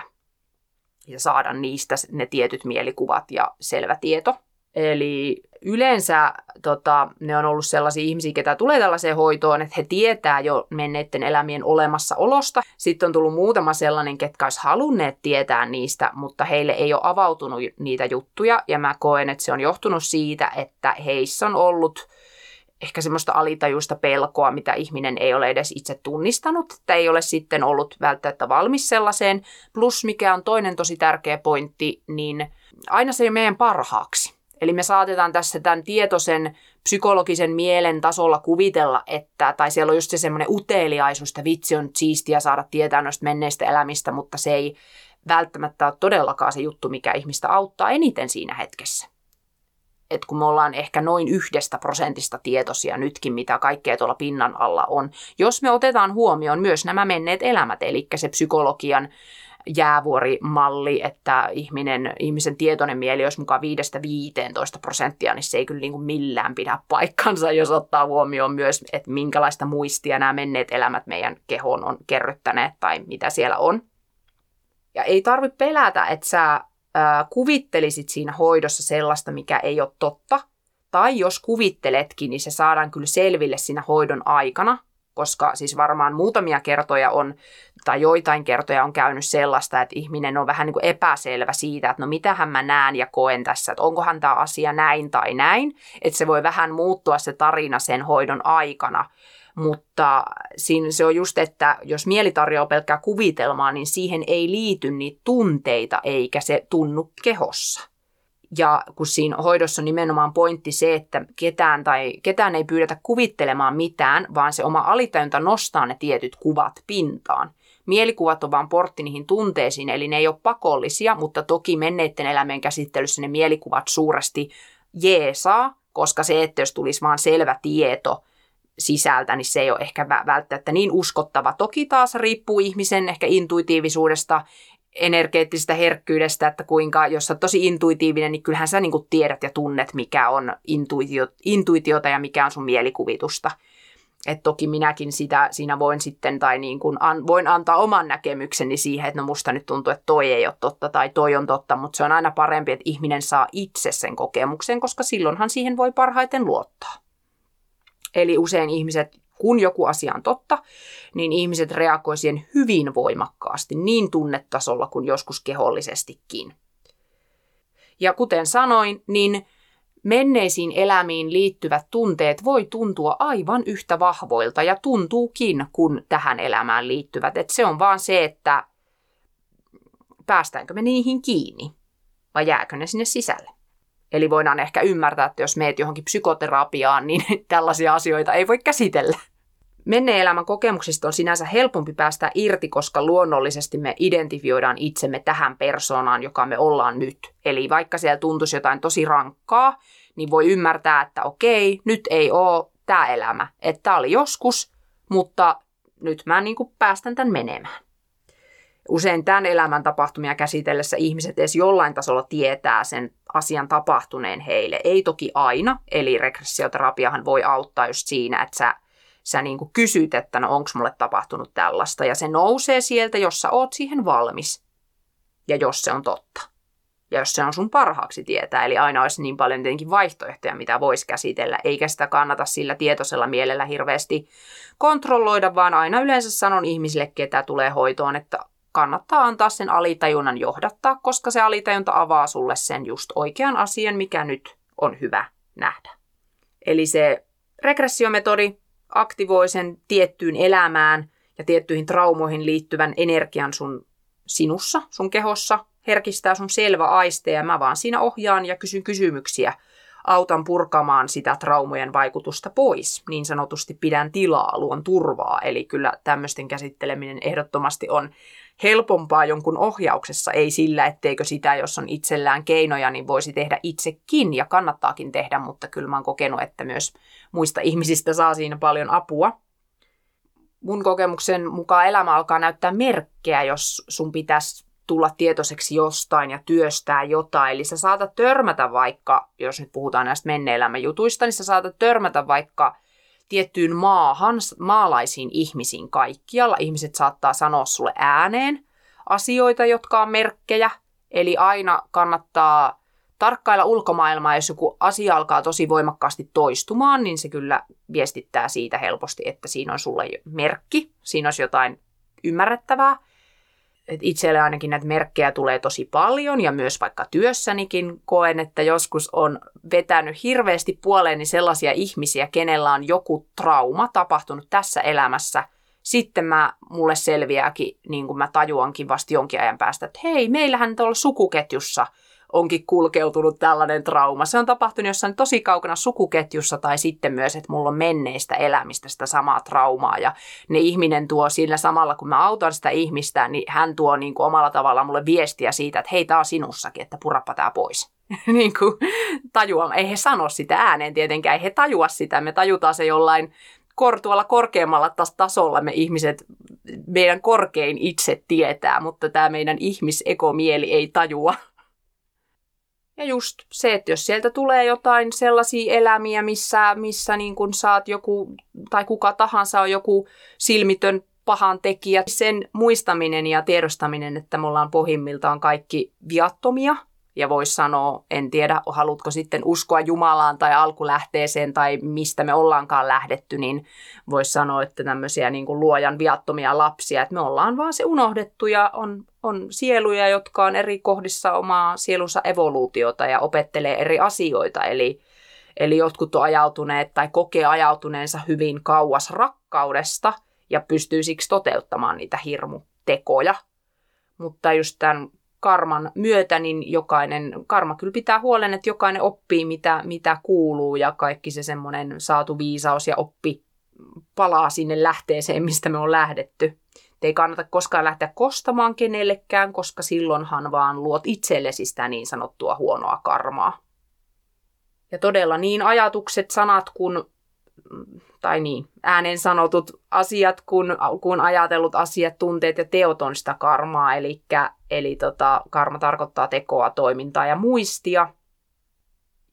ja saada niistä ne tietyt mielikuvat ja selvä tieto. Eli yleensä tota, ne on ollut sellaisia ihmisiä, ketä tulee tällaiseen hoitoon, että he tietää jo menneiden elämien olemassaolosta. Sitten on tullut muutama sellainen, ketkä olisi halunneet tietää niistä, mutta heille ei ole avautunut niitä juttuja. Ja mä koen, että se on johtunut siitä, että heissä on ollut ehkä semmoista alitajuista pelkoa, mitä ihminen ei ole edes itse tunnistanut, että ei ole sitten ollut välttämättä valmis sellaiseen. Plus, mikä on toinen tosi tärkeä pointti, niin aina se ei ole meidän parhaaksi. Eli me saatetaan tässä tämän tietoisen psykologisen mielen tasolla kuvitella, että, tai siellä on just se semmoinen uteliaisuus, että vitsi on siistiä saada tietää noista menneistä elämistä, mutta se ei välttämättä ole todellakaan se juttu, mikä ihmistä auttaa eniten siinä hetkessä. Et kun me ollaan ehkä noin yhdestä prosentista tietoisia nytkin, mitä kaikkea tuolla pinnan alla on. Jos me otetaan huomioon myös nämä menneet elämät, eli se psykologian jäävuorimalli, että ihminen, ihmisen tietoinen mieli olisi mukaan viidestä viiteentoista prosenttia, niin se ei kyllä niin kuin millään pidä paikkansa, jos ottaa huomioon myös, että minkälaista muistia nämä menneet elämät meidän kehoon on kerryttäneet tai mitä siellä on. Ja ei tarvitse pelätä, että sä ää, kuvittelisit siinä hoidossa sellaista, mikä ei ole totta. Tai jos kuvitteletkin, niin se saadaan kyllä selville siinä hoidon aikana, koska siis varmaan muutamia kertoja on, tai joitain kertoja on käynyt sellaista, että ihminen on vähän niin kuin epäselvä siitä, että no mitähän mä näen ja koen tässä, että onkohan tämä asia näin tai näin, että se voi vähän muuttua se tarina sen hoidon aikana, mutta siinä se on just, että jos mieli tarjoaa pelkkää kuvitelmaa, niin siihen ei liity niitä tunteita eikä se tunnu kehossa. Ja kun siinä hoidossa on nimenomaan pointti se, että ketään, tai, ketään ei pyydetä kuvittelemaan mitään, vaan se oma alitajunta nostaa ne tietyt kuvat pintaan. Mielikuvat on vaan portti niihin tunteisiin, eli ne ei ole pakollisia, mutta toki menneiden elämien käsittelyssä ne mielikuvat suuresti jeesaa, koska se, että jos tulisi vaan selvä tieto sisältä, niin se ei ole ehkä välttämättä niin uskottava. Toki taas riippuu ihmisen ehkä intuitiivisuudesta, energeettisestä herkkyydestä, että kuinka, jos olet tosi intuitiivinen, niin kyllähän sä niin kuin tiedät ja tunnet, mikä on intuitio, intuitiota ja mikä on sun mielikuvitusta. Et toki minäkin sitä, siinä voin sitten, tai niin kuin an, voin antaa oman näkemykseni siihen, että no musta nyt tuntuu, että toi ei ole totta tai toi on totta, mutta se on aina parempi, että ihminen saa itse sen kokemuksen, koska silloinhan siihen voi parhaiten luottaa. Eli usein ihmiset, kun joku asia on totta, niin ihmiset reagoi siihen hyvin voimakkaasti, niin tunnetasolla kuin joskus kehollisestikin. Ja kuten sanoin, niin menneisiin elämiin liittyvät tunteet voi tuntua aivan yhtä vahvoilta ja tuntuukin kuin tähän elämään liittyvät. Et se on vaan se, että päästäänkö me niihin kiinni vai jääkö ne sinne sisälle. Eli voidaan ehkä ymmärtää, että jos meet johonkin psykoterapiaan, niin tällaisia asioita ei voi käsitellä. Menneen elämän kokemuksista on sinänsä helpompi päästä irti, koska luonnollisesti me identifioidaan itsemme tähän persoonaan, joka me ollaan nyt. Eli vaikka siellä tuntuisi jotain tosi rankkaa, niin voi ymmärtää, että okei, nyt ei ole tämä elämä. Että tämä oli joskus, mutta nyt mä niin kuin päästän tämän menemään. Usein tämän elämän tapahtumia käsitellessä ihmiset edes jollain tasolla tietää sen asian tapahtuneen heille. Ei toki aina, eli regressioterapiahan voi auttaa just siinä, että sä Sä niin kuin kysyt, että no onko mulle tapahtunut tällaista, ja se nousee sieltä, jos sä oot siihen valmis, ja jos se on totta, ja jos se on sun parhaaksi tietää, eli aina olisi niin paljon tietenkin vaihtoehtoja, mitä voisi käsitellä, eikä sitä kannata sillä tietoisella mielellä hirveästi kontrolloida, vaan aina yleensä sanon ihmisille, ketä tulee hoitoon, että kannattaa antaa sen alitajunnan johdattaa, koska se alitajunta avaa sulle sen just oikean asian, mikä nyt on hyvä nähdä. Eli se regressiometodi aktivoi sen tiettyyn elämään ja tiettyihin traumoihin liittyvän energian sun sinussa, sun kehossa, herkistää sun selvä aisteja. Mä vaan siinä ohjaan ja kysyn kysymyksiä. Autan purkamaan sitä traumojen vaikutusta pois. Niin sanotusti pidän tilaa, luon turvaa. Eli kyllä tämmöisten käsitteleminen ehdottomasti on helpompaa jonkun ohjauksessa. Ei sillä, etteikö sitä, jos on itsellään keinoja, niin voisi tehdä itsekin ja kannattaakin tehdä. Mutta kyllä mä oon kokenut, että myös muista ihmisistä saa siinä paljon apua. Mun kokemuksen mukaan elämä alkaa näyttää merkkejä, jos sun pitäisi tulla tietoiseksi jostain ja työstää jotain. Eli sä saatat törmätä vaikka, jos nyt puhutaan näistä menneen elämän jutuista, niin sä saatat törmätä vaikka tiettyyn maahan, maalaisiin ihmisiin kaikkialla. Ihmiset saattaa sanoa sulle ääneen asioita, jotka on merkkejä. Eli aina kannattaa tarkkailla ulkomaailmaa, jos joku asia alkaa tosi voimakkaasti toistumaan, niin se kyllä viestittää siitä helposti, että siinä on sulle merkki, siinä olisi jotain ymmärrettävää. Et itselle ainakin näitä merkkejä tulee tosi paljon ja myös vaikka työssänikin koen, että joskus on vetänyt hirveästi puoleeni sellaisia ihmisiä, kenellä on joku trauma tapahtunut tässä elämässä. Sitten mä, mulle selviääkin, niin kuin mä tajuankin vasta jonkin ajan päästä, että hei, meillähän tuolla sukuketjussa onkin kulkeutunut tällainen trauma. Se on tapahtunut jossain tosi kaukana sukuketjussa tai sitten myös, että mulla on menneistä elämistä sitä samaa traumaa. Ja ne ihminen tuo sillä samalla, kun mä autan sitä ihmistä, niin hän tuo niin kuin omalla tavallaan mulle viestiä siitä, että hei, tää on sinussakin, että purappa tää pois. niin kuin tajua. Ei he sano sitä ääneen tietenkään, ei he tajua sitä. Me tajutaan se jollain kor- tuolla korkeammalla tas- tasolla me ihmiset, meidän korkein itse tietää, mutta tämä meidän ihmisekomieli ei tajua. Ja just se, että jos sieltä tulee jotain sellaisia elämiä, missä, missä niin kun saat joku, tai kuka tahansa on joku silmitön pahan tekijä, sen muistaminen ja tiedostaminen, että me ollaan pohjimmiltaan kaikki viattomia. Ja voisi sanoa, en tiedä, haluatko sitten uskoa Jumalaan tai alkulähteeseen tai mistä me ollaankaan lähdetty, niin voisi sanoa, että tämmöisiä niin kuin luojan viattomia lapsia, että me ollaan vaan se unohdettu ja on, on sieluja, jotka on eri kohdissa omaa sielunsa evoluutiota ja opettelee eri asioita. Eli, eli jotkut on ajautuneet tai kokee ajautuneensa hyvin kauas rakkaudesta ja pystyy siksi toteuttamaan niitä hirmutekoja. Mutta just tämän karman myötä, niin jokainen, karma kyllä pitää huolen, että jokainen oppii, mitä, mitä kuuluu ja kaikki se semmoinen saatu viisaus ja oppi palaa sinne lähteeseen, mistä me on lähdetty. Et ei kannata koskaan lähteä kostamaan kenellekään, koska silloinhan vaan luot itsellesi sitä niin sanottua huonoa karmaa. Ja todella niin ajatukset, sanat kuin, tai niin, ääneen sanotut asiat, kun, kun ajatellut asiat, tunteet ja teot on sitä karmaa. Elikkä, eli tota, karma tarkoittaa tekoa, toimintaa ja muistia.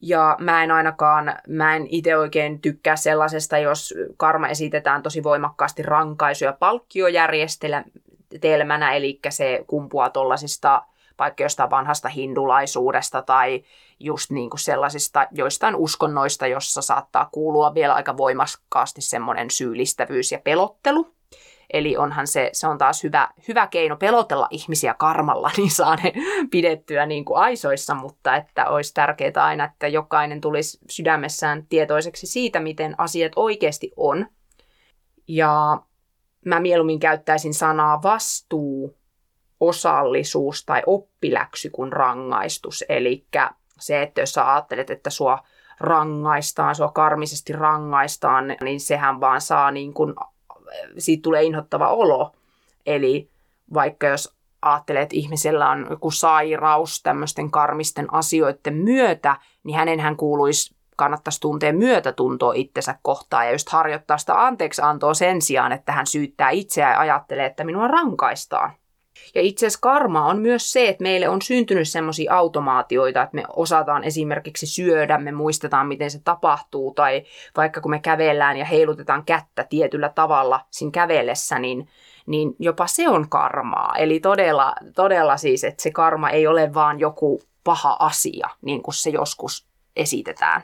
Ja mä en ainakaan, mä en itse oikein tykkää sellaisesta, jos karma esitetään tosi voimakkaasti rankaisu- ja palkkiojärjestelmänä, eli se kumpuaa tollasista vaikka jostain vanhasta hindulaisuudesta tai just niin kuin sellaisista joistain uskonnoista, jossa saattaa kuulua vielä aika voimakkaasti semmoinen syyllistävyys ja pelottelu. Eli onhan se, se on taas hyvä, hyvä keino pelotella ihmisiä karmalla, niin saa ne pidettyä niin kuin aisoissa, mutta että olisi tärkeää aina, että jokainen tulisi sydämessään tietoiseksi siitä, miten asiat oikeasti on. Ja mä mieluummin käyttäisin sanaa vastuu, osallisuus tai oppiläksy kuin rangaistus. Eli se, että jos sä ajattelet, että sua rangaistaan, sua karmisesti rangaistaan, niin sehän vaan saa niin kuin, siitä tulee inhottava olo. Eli vaikka jos ajattelet, että ihmisellä on joku sairaus tämmöisten karmisten asioiden myötä, niin hänenhän kuuluisi, kannattaisi tuntea myötätuntoa itsensä kohtaan ja just harjoittaa sitä anteeksiantoa sen sijaan, että hän syyttää itseään ja ajattelee, että minua rankaistaan. Ja itse asiassa karma on myös se, että meille on syntynyt semmoisia automaatioita, että me osataan esimerkiksi syödä, me muistetaan, miten se tapahtuu, tai vaikka kun me kävellään ja heilutetaan kättä tietyllä tavalla siinä kävellessä, niin, niin jopa se on karmaa. Eli todella, todella siis, että se karma ei ole vaan joku paha asia, niin kuin se joskus esitetään.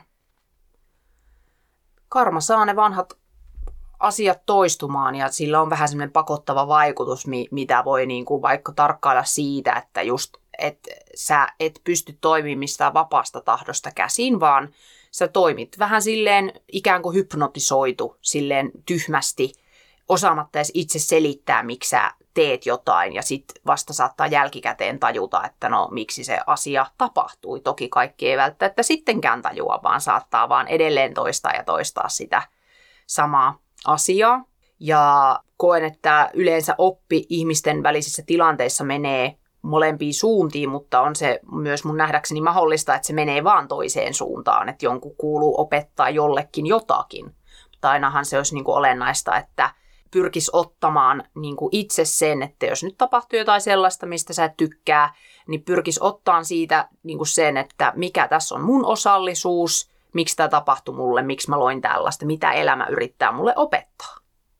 Karma saa ne vanhat asiat toistumaan ja sillä on vähän semmoinen pakottava vaikutus, mitä voi niin kuin vaikka tarkkailla siitä, että just, että sä et pysty toimimaan mistään vapaasta tahdosta käsin, vaan sä toimit vähän silleen ikään kuin hypnotisoitu, silleen tyhmästi, osaamatta edes itse selittää, miksi sä teet jotain ja sitten vasta saattaa jälkikäteen tajuta, että no miksi se asia tapahtui. Toki kaikki ei välttämättä sittenkään tajua, vaan saattaa vaan edelleen toistaa ja toistaa sitä samaa asiaa. Ja koen, että yleensä oppi ihmisten välisissä tilanteissa menee molempiin suuntiin, mutta on se myös mun nähdäkseni mahdollista, että se menee vaan toiseen suuntaan, että jonkun kuuluu opettaa jollekin jotakin. Mutta ainahan se olisi niin kuin olennaista, että pyrkisi ottamaan niin kuin itse sen, että jos nyt tapahtuu jotain sellaista, mistä sä et tykkää, niin pyrkisi ottaan siitä niin kuin sen, että mikä tässä on mun osallisuus, miksi tämä tapahtui mulle, miksi mä loin tällaista, mitä elämä yrittää mulle opettaa.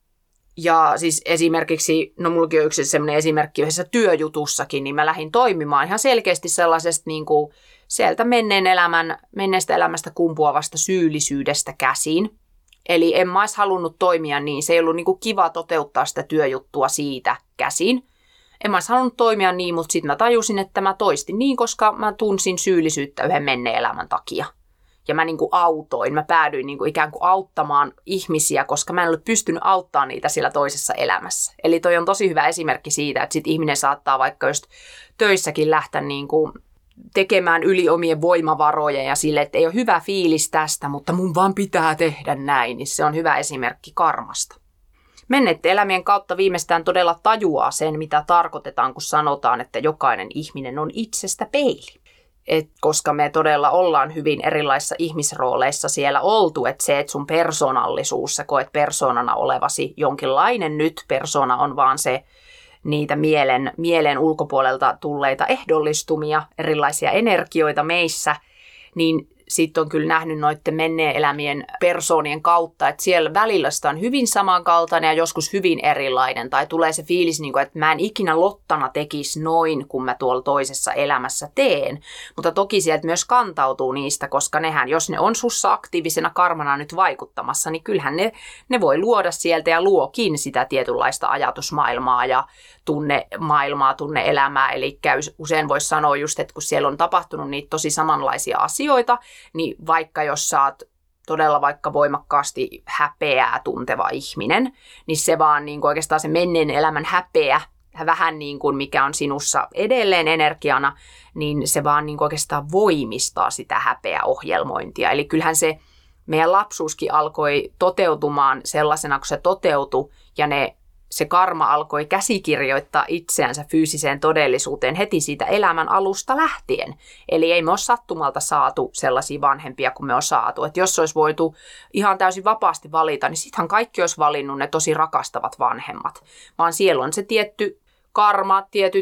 Ja siis esimerkiksi, no mullakin on yksi sellainen esimerkki yhdessä työjutussakin, niin mä lähdin toimimaan ihan selkeästi sellaisesta niin kuin sieltä menneen elämän, menneestä elämästä kumpuavasta syyllisyydestä käsin. Eli en mä olisi halunnut toimia niin, se ei ollut niin kuin kiva toteuttaa sitä työjuttua siitä käsin. En mä olisi halunnut toimia niin, mutta sitten mä tajusin, että mä toistin niin, koska mä tunsin syyllisyyttä yhden menneen elämän takia. Ja mä niin kuin autoin, mä päädyin niin kuin ikään kuin auttamaan ihmisiä, koska mä en ollut pystynyt auttamaan niitä siellä toisessa elämässä. Eli toi on tosi hyvä esimerkki siitä, että sit ihminen saattaa vaikka just töissäkin lähteä niin kuin tekemään yli omien voimavarojen ja sille, että ei ole hyvä fiilis tästä, mutta mun vaan pitää tehdä näin, niin se on hyvä esimerkki karmasta. Menneiden elämien kautta viimeistään todella tajuaa sen, mitä tarkoitetaan, kun sanotaan, että jokainen ihminen on itsestä peili. Et koska me todella ollaan hyvin erilaisissa ihmisrooleissa siellä oltu, että se, että sun persoonallisuus, sä koet persoonana olevasi jonkinlainen nyt, persoona on vaan se niitä mielen, mielen ulkopuolelta tulleita ehdollistumia, erilaisia energioita meissä, niin sitten on kyllä nähnyt noiden menneen elämien persoonien kautta, että siellä välillä sitä on hyvin samankaltainen ja joskus hyvin erilainen. Tai tulee se fiilis, että mä en ikinä Lottana tekisi noin, kun mä tuolla toisessa elämässä teen. Mutta toki sieltä myös kantautuu niistä, koska nehän, jos ne on sussa aktiivisena karmana nyt vaikuttamassa, niin kyllähän ne, ne voi luoda sieltä ja luokin sitä tietynlaista ajatusmaailmaa ja tunnemaailmaa, tunneelämää. Eli usein voisi sanoa just, että kun siellä on tapahtunut niitä tosi samanlaisia asioita, niin vaikka jos sä oot todella vaikka voimakkaasti häpeää tunteva ihminen, niin se vaan niin kuin oikeastaan se menneen elämän häpeä, vähän niin kuin mikä on sinussa edelleen energiana, niin se vaan niin kuin oikeastaan voimistaa sitä häpeäohjelmointia. Eli kyllähän se meidän lapsuuskin alkoi toteutumaan sellaisena, kun se toteutui, ja ne se karma alkoi käsikirjoittaa itseänsä fyysiseen todellisuuteen heti siitä elämän alusta lähtien. Eli ei me ole sattumalta saatu sellaisia vanhempia kuin me on saatu. Että jos olisi voitu ihan täysin vapaasti valita, niin sittenhän kaikki olisi valinnut ne tosi rakastavat vanhemmat. Vaan siellä on se tietty karma, tietyt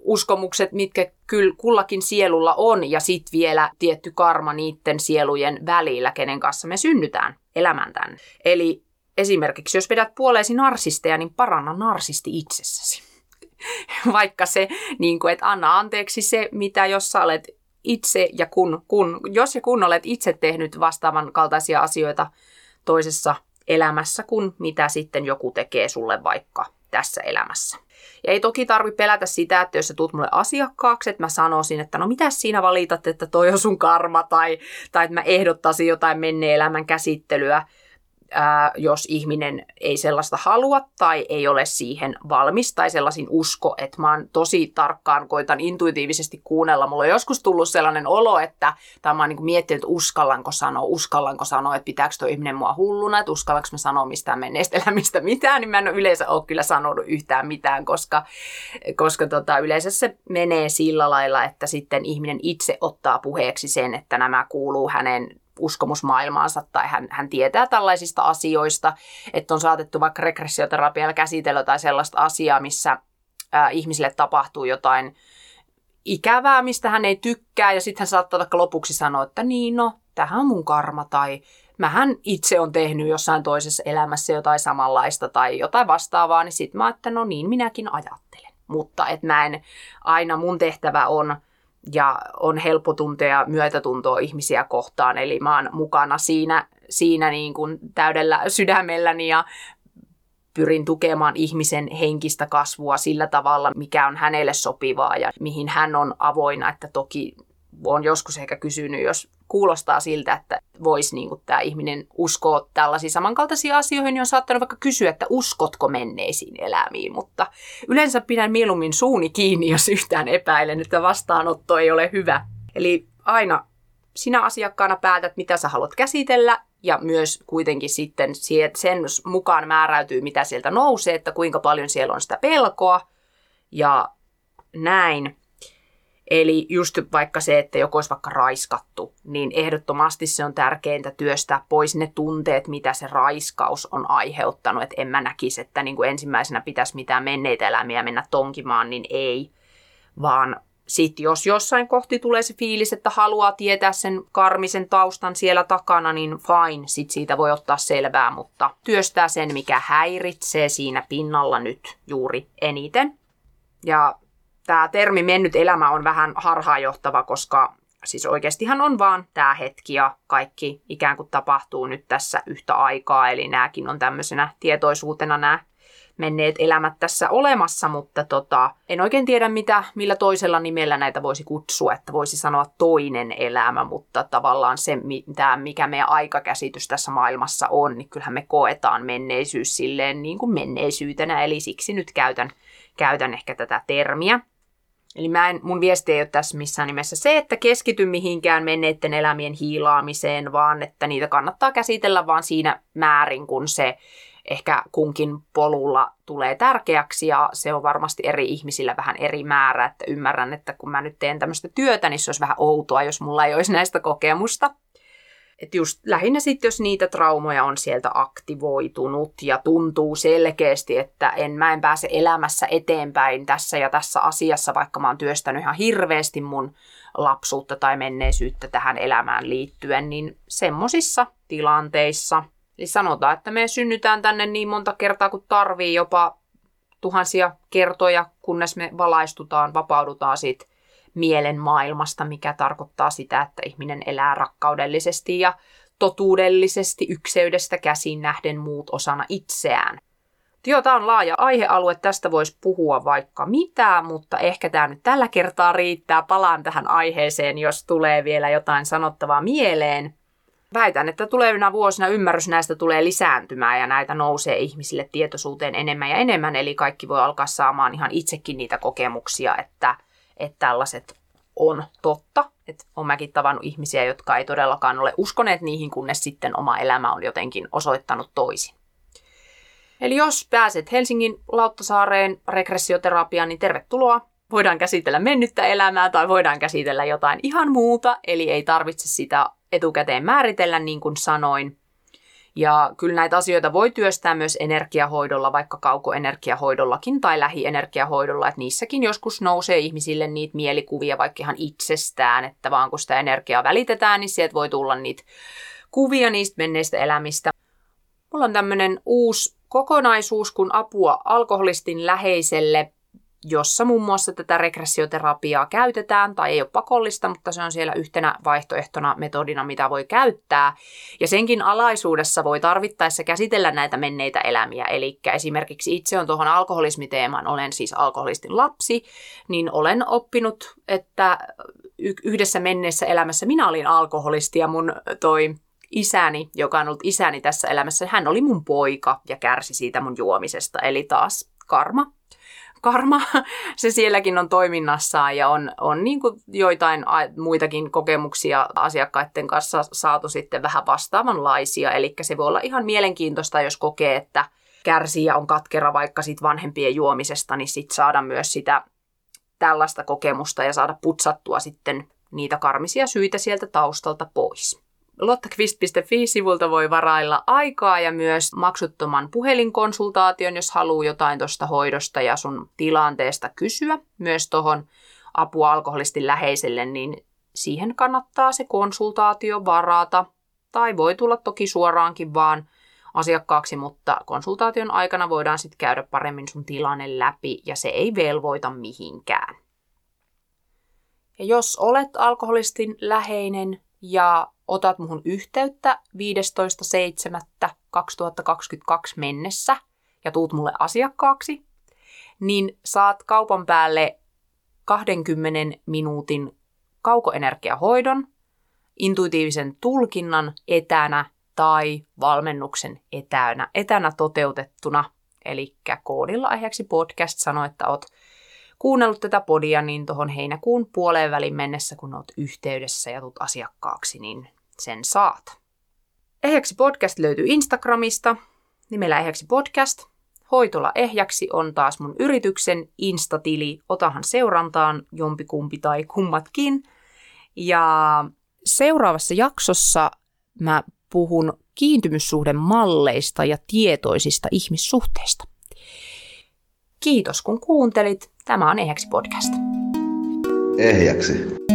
uskomukset, mitkä kyllä kullakin sielulla on, ja sitten vielä tietty karma niiden sielujen välillä, kenen kanssa me synnytään elämään tänne. Eli esimerkiksi, jos vedät puoleesi narsisteja, niin paranna narsisti itsessäsi. Vaikka se, niin kuin, että anna anteeksi se, mitä jos sä olet itse ja kun, kun, jos ja kun olet itse tehnyt vastaavan kaltaisia asioita toisessa elämässä, kuin mitä sitten joku tekee sulle vaikka tässä elämässä. Ja ei toki tarvitse pelätä sitä, että jos sä tulet mulle asiakkaaksi, että mä sanoisin, että no mitäs siinä valitat, että toi on sun karma, tai, tai että mä ehdottaisin jotain menneen elämän käsittelyä, ää, jos ihminen ei sellaista halua tai ei ole siihen valmis tai sellaisin usko, että mä oon tosi tarkkaan, koitan intuitiivisesti kuunnella. Mulla on joskus tullut sellainen olo, että tai mä oon niin kuin miettinyt, että uskallanko sanoa, uskallanko sanoa, että pitääkö toi ihminen mua hulluna, että uskallanko mä sanoa mistään menneistä elämistä mitään, niin mä en ole yleensä ole kyllä sanonut yhtään mitään, koska, koska tota, yleensä se menee sillä lailla, että sitten ihminen itse ottaa puheeksi sen, että nämä kuuluu hänen uskomusmaailmaansa tai hän, hän tietää tällaisista asioista, että on saatettu vaikka regressioterapialla käsitellä tai sellaista asiaa, missä ää, ihmisille tapahtuu jotain ikävää, mistä hän ei tykkää, ja sitten hän saattaa vaikka lopuksi sanoa, että niin no, tämähän on mun karma, tai mähän itse on tehnyt jossain toisessa elämässä jotain samanlaista tai jotain vastaavaa, niin sitten mä että no niin, minäkin ajattelen. Mutta että mä en, aina mun tehtävä on, ja on helppo tuntea myötätuntoa ihmisiä kohtaan, eli mä oon mukana siinä, siinä niin kuin täydellä sydämelläni ja pyrin tukemaan ihmisen henkistä kasvua sillä tavalla, mikä on hänelle sopivaa ja mihin hän on avoinna. Että toki olen joskus ehkä kysynyt, jos kuulostaa siltä, että voisi niin kuin tämä ihminen uskoa tällaisiin samankaltaisiin asioihin, niin on saattanut vaikka kysyä, että uskotko menneisiin elämiin, mutta yleensä pidän mieluummin suuni kiinni, jos yhtään epäilen, että vastaanotto ei ole hyvä. Eli aina sinä asiakkaana päätät, mitä sä haluat käsitellä, ja myös kuitenkin sitten sen mukaan määräytyy, mitä sieltä nousee, että kuinka paljon siellä on sitä pelkoa, ja näin. Eli just vaikka se, että joku olisi vaikka raiskattu, niin ehdottomasti se on tärkeintä työstää pois ne tunteet, mitä se raiskaus on aiheuttanut. Että en mä näkisi, että niin kuin ensimmäisenä pitäisi mitään menneitä elämiä mennä tonkimaan, niin ei. Vaan sitten jos jossain kohti tulee se fiilis, että haluaa tietää sen karmisen taustan siellä takana, niin fine, sitten siitä voi ottaa selvää, mutta työstää sen, mikä häiritsee siinä pinnalla nyt juuri eniten. Ja tämä termi mennyt elämä on vähän harhaanjohtava, koska siis oikeastihan on vaan tämä hetki ja kaikki ikään kuin tapahtuu nyt tässä yhtä aikaa. Eli nämäkin on tämmöisenä tietoisuutena nämä menneet elämät tässä olemassa, mutta tota, en oikein tiedä mitä, millä toisella nimellä näitä voisi kutsua, että voisi sanoa toinen elämä, mutta tavallaan se, mitä, mikä meidän aikakäsitys tässä maailmassa on, niin kyllähän me koetaan menneisyys silleen niin kuin menneisyytenä, eli siksi nyt käytän, käytän ehkä tätä termiä. Eli mä en, mun viesti ei ole tässä missään nimessä se, että keskity mihinkään menneiden elämien hiilaamiseen, vaan että niitä kannattaa käsitellä vaan siinä määrin, kun se ehkä kunkin polulla tulee tärkeäksi, ja se on varmasti eri ihmisillä vähän eri määrä, että ymmärrän, että kun mä nyt teen tämmöistä työtä, niin se olisi vähän outoa, jos mulla ei olisi näistä kokemusta. Että just lähinnä sitten, jos niitä traumoja on sieltä aktivoitunut ja tuntuu selkeästi, että en, mä en pääse elämässä eteenpäin tässä ja tässä asiassa, vaikka mä oon työstänyt ihan hirveästi mun lapsuutta tai menneisyyttä tähän elämään liittyen, niin semmosissa tilanteissa, eli sanotaan, että me synnytään tänne niin monta kertaa kuin tarvii, jopa tuhansia kertoja, kunnes me valaistutaan, vapaudutaan siitä mielen maailmasta, mikä tarkoittaa sitä, että ihminen elää rakkaudellisesti ja totuudellisesti ykseydestä käsin nähden muut osana itseään. Joo, tämä on laaja aihealue, tästä voisi puhua vaikka mitä, mutta ehkä tämä nyt tällä kertaa riittää. Palaan tähän aiheeseen, jos tulee vielä jotain sanottavaa mieleen. Väitän, että tulevina vuosina ymmärrys näistä tulee lisääntymään ja näitä nousee ihmisille tietoisuuteen enemmän ja enemmän, eli kaikki voi alkaa saamaan ihan itsekin niitä kokemuksia, että että tällaiset on totta. Että olen mäkin tavannut ihmisiä, jotka ei todellakaan ole uskoneet niihin, kunnes sitten oma elämä on jotenkin osoittanut toisin. Eli jos pääset Helsingin Lauttasaareen regressioterapiaan, niin tervetuloa. Voidaan käsitellä mennyttä elämää tai voidaan käsitellä jotain ihan muuta, eli ei tarvitse sitä etukäteen määritellä niin kuin sanoin. Ja kyllä näitä asioita voi työstää myös energiahoidolla, vaikka kaukoenergiahoidollakin tai lähienergiahoidolla, että niissäkin joskus nousee ihmisille niitä mielikuvia vaikka ihan itsestään, että vaan kun sitä energiaa välitetään, niin sieltä voi tulla niitä kuvia niistä menneistä elämistä. Mulla on tämmöinen uusi kokonaisuus kuin apua alkoholistin läheiselle, jossa muun muassa tätä regressioterapiaa käytetään, tai ei ole pakollista, mutta se on siellä yhtenä vaihtoehtona metodina, mitä voi käyttää. Ja senkin alaisuudessa voi tarvittaessa käsitellä näitä menneitä elämiä. Eli esimerkiksi itse on tuohon alkoholismiteemaan, olen siis alkoholistin lapsi, niin olen oppinut, että yhdessä menneessä elämässä minä olin alkoholisti ja mun toi isäni, joka on ollut isäni tässä elämässä, hän oli mun poika ja kärsi siitä mun juomisesta. Eli taas karma. Karma, se sielläkin on toiminnassaan ja on, on niin kuin joitain muitakin kokemuksia asiakkaiden kanssa saatu sitten vähän vastaavanlaisia. Eli se voi olla ihan mielenkiintoista, jos kokee, että kärsijä on katkera vaikka sit vanhempien juomisesta, niin sitten saada myös sitä tällaista kokemusta ja saada putsattua sitten niitä karmisia syitä sieltä taustalta pois. Lottakvist piste fi-sivulta voi varailla aikaa ja myös maksuttoman puhelinkonsultaation, jos haluaa jotain tuosta hoidosta ja sun tilanteesta kysyä. Myös tuohon apua alkoholistin läheiselle, niin siihen kannattaa se konsultaatio varata. Tai voi tulla toki suoraankin vaan asiakkaaksi, mutta konsultaation aikana voidaan sitten käydä paremmin sun tilanne läpi ja se ei velvoita mihinkään. Ja jos olet alkoholistin läheinen ja otat muhun yhteyttä viidestoista seitsemättä kaksituhattakaksikymmentäkaksi mennessä ja tuut mulle asiakkaaksi, niin saat kaupan päälle kaksikymmentä minuutin kaukoenergiahoidon, intuitiivisen tulkinnan etänä tai valmennuksen etänä, etänä toteutettuna. Eli koodilla ehjäksi podcast sanoo, että oot kuunnellut tätä podia, niin tuohon heinäkuun puoleen välin mennessä, kun oot yhteydessä ja tulet asiakkaaksi, niin sen saat. Ehjäksi podcast löytyy Instagramista nimellä Ehjäksi podcast. Hoitola Ehjäksi on taas mun yrityksen Instatili. Otahan seurantaan jompikumpi tai kummatkin. Ja seuraavassa jaksossa mä puhun kiintymyssuhdemalleista ja tietoisista ihmissuhteista. Kiitos kun kuuntelit. Tämä on Ehjäksi podcast. Ehjäksi.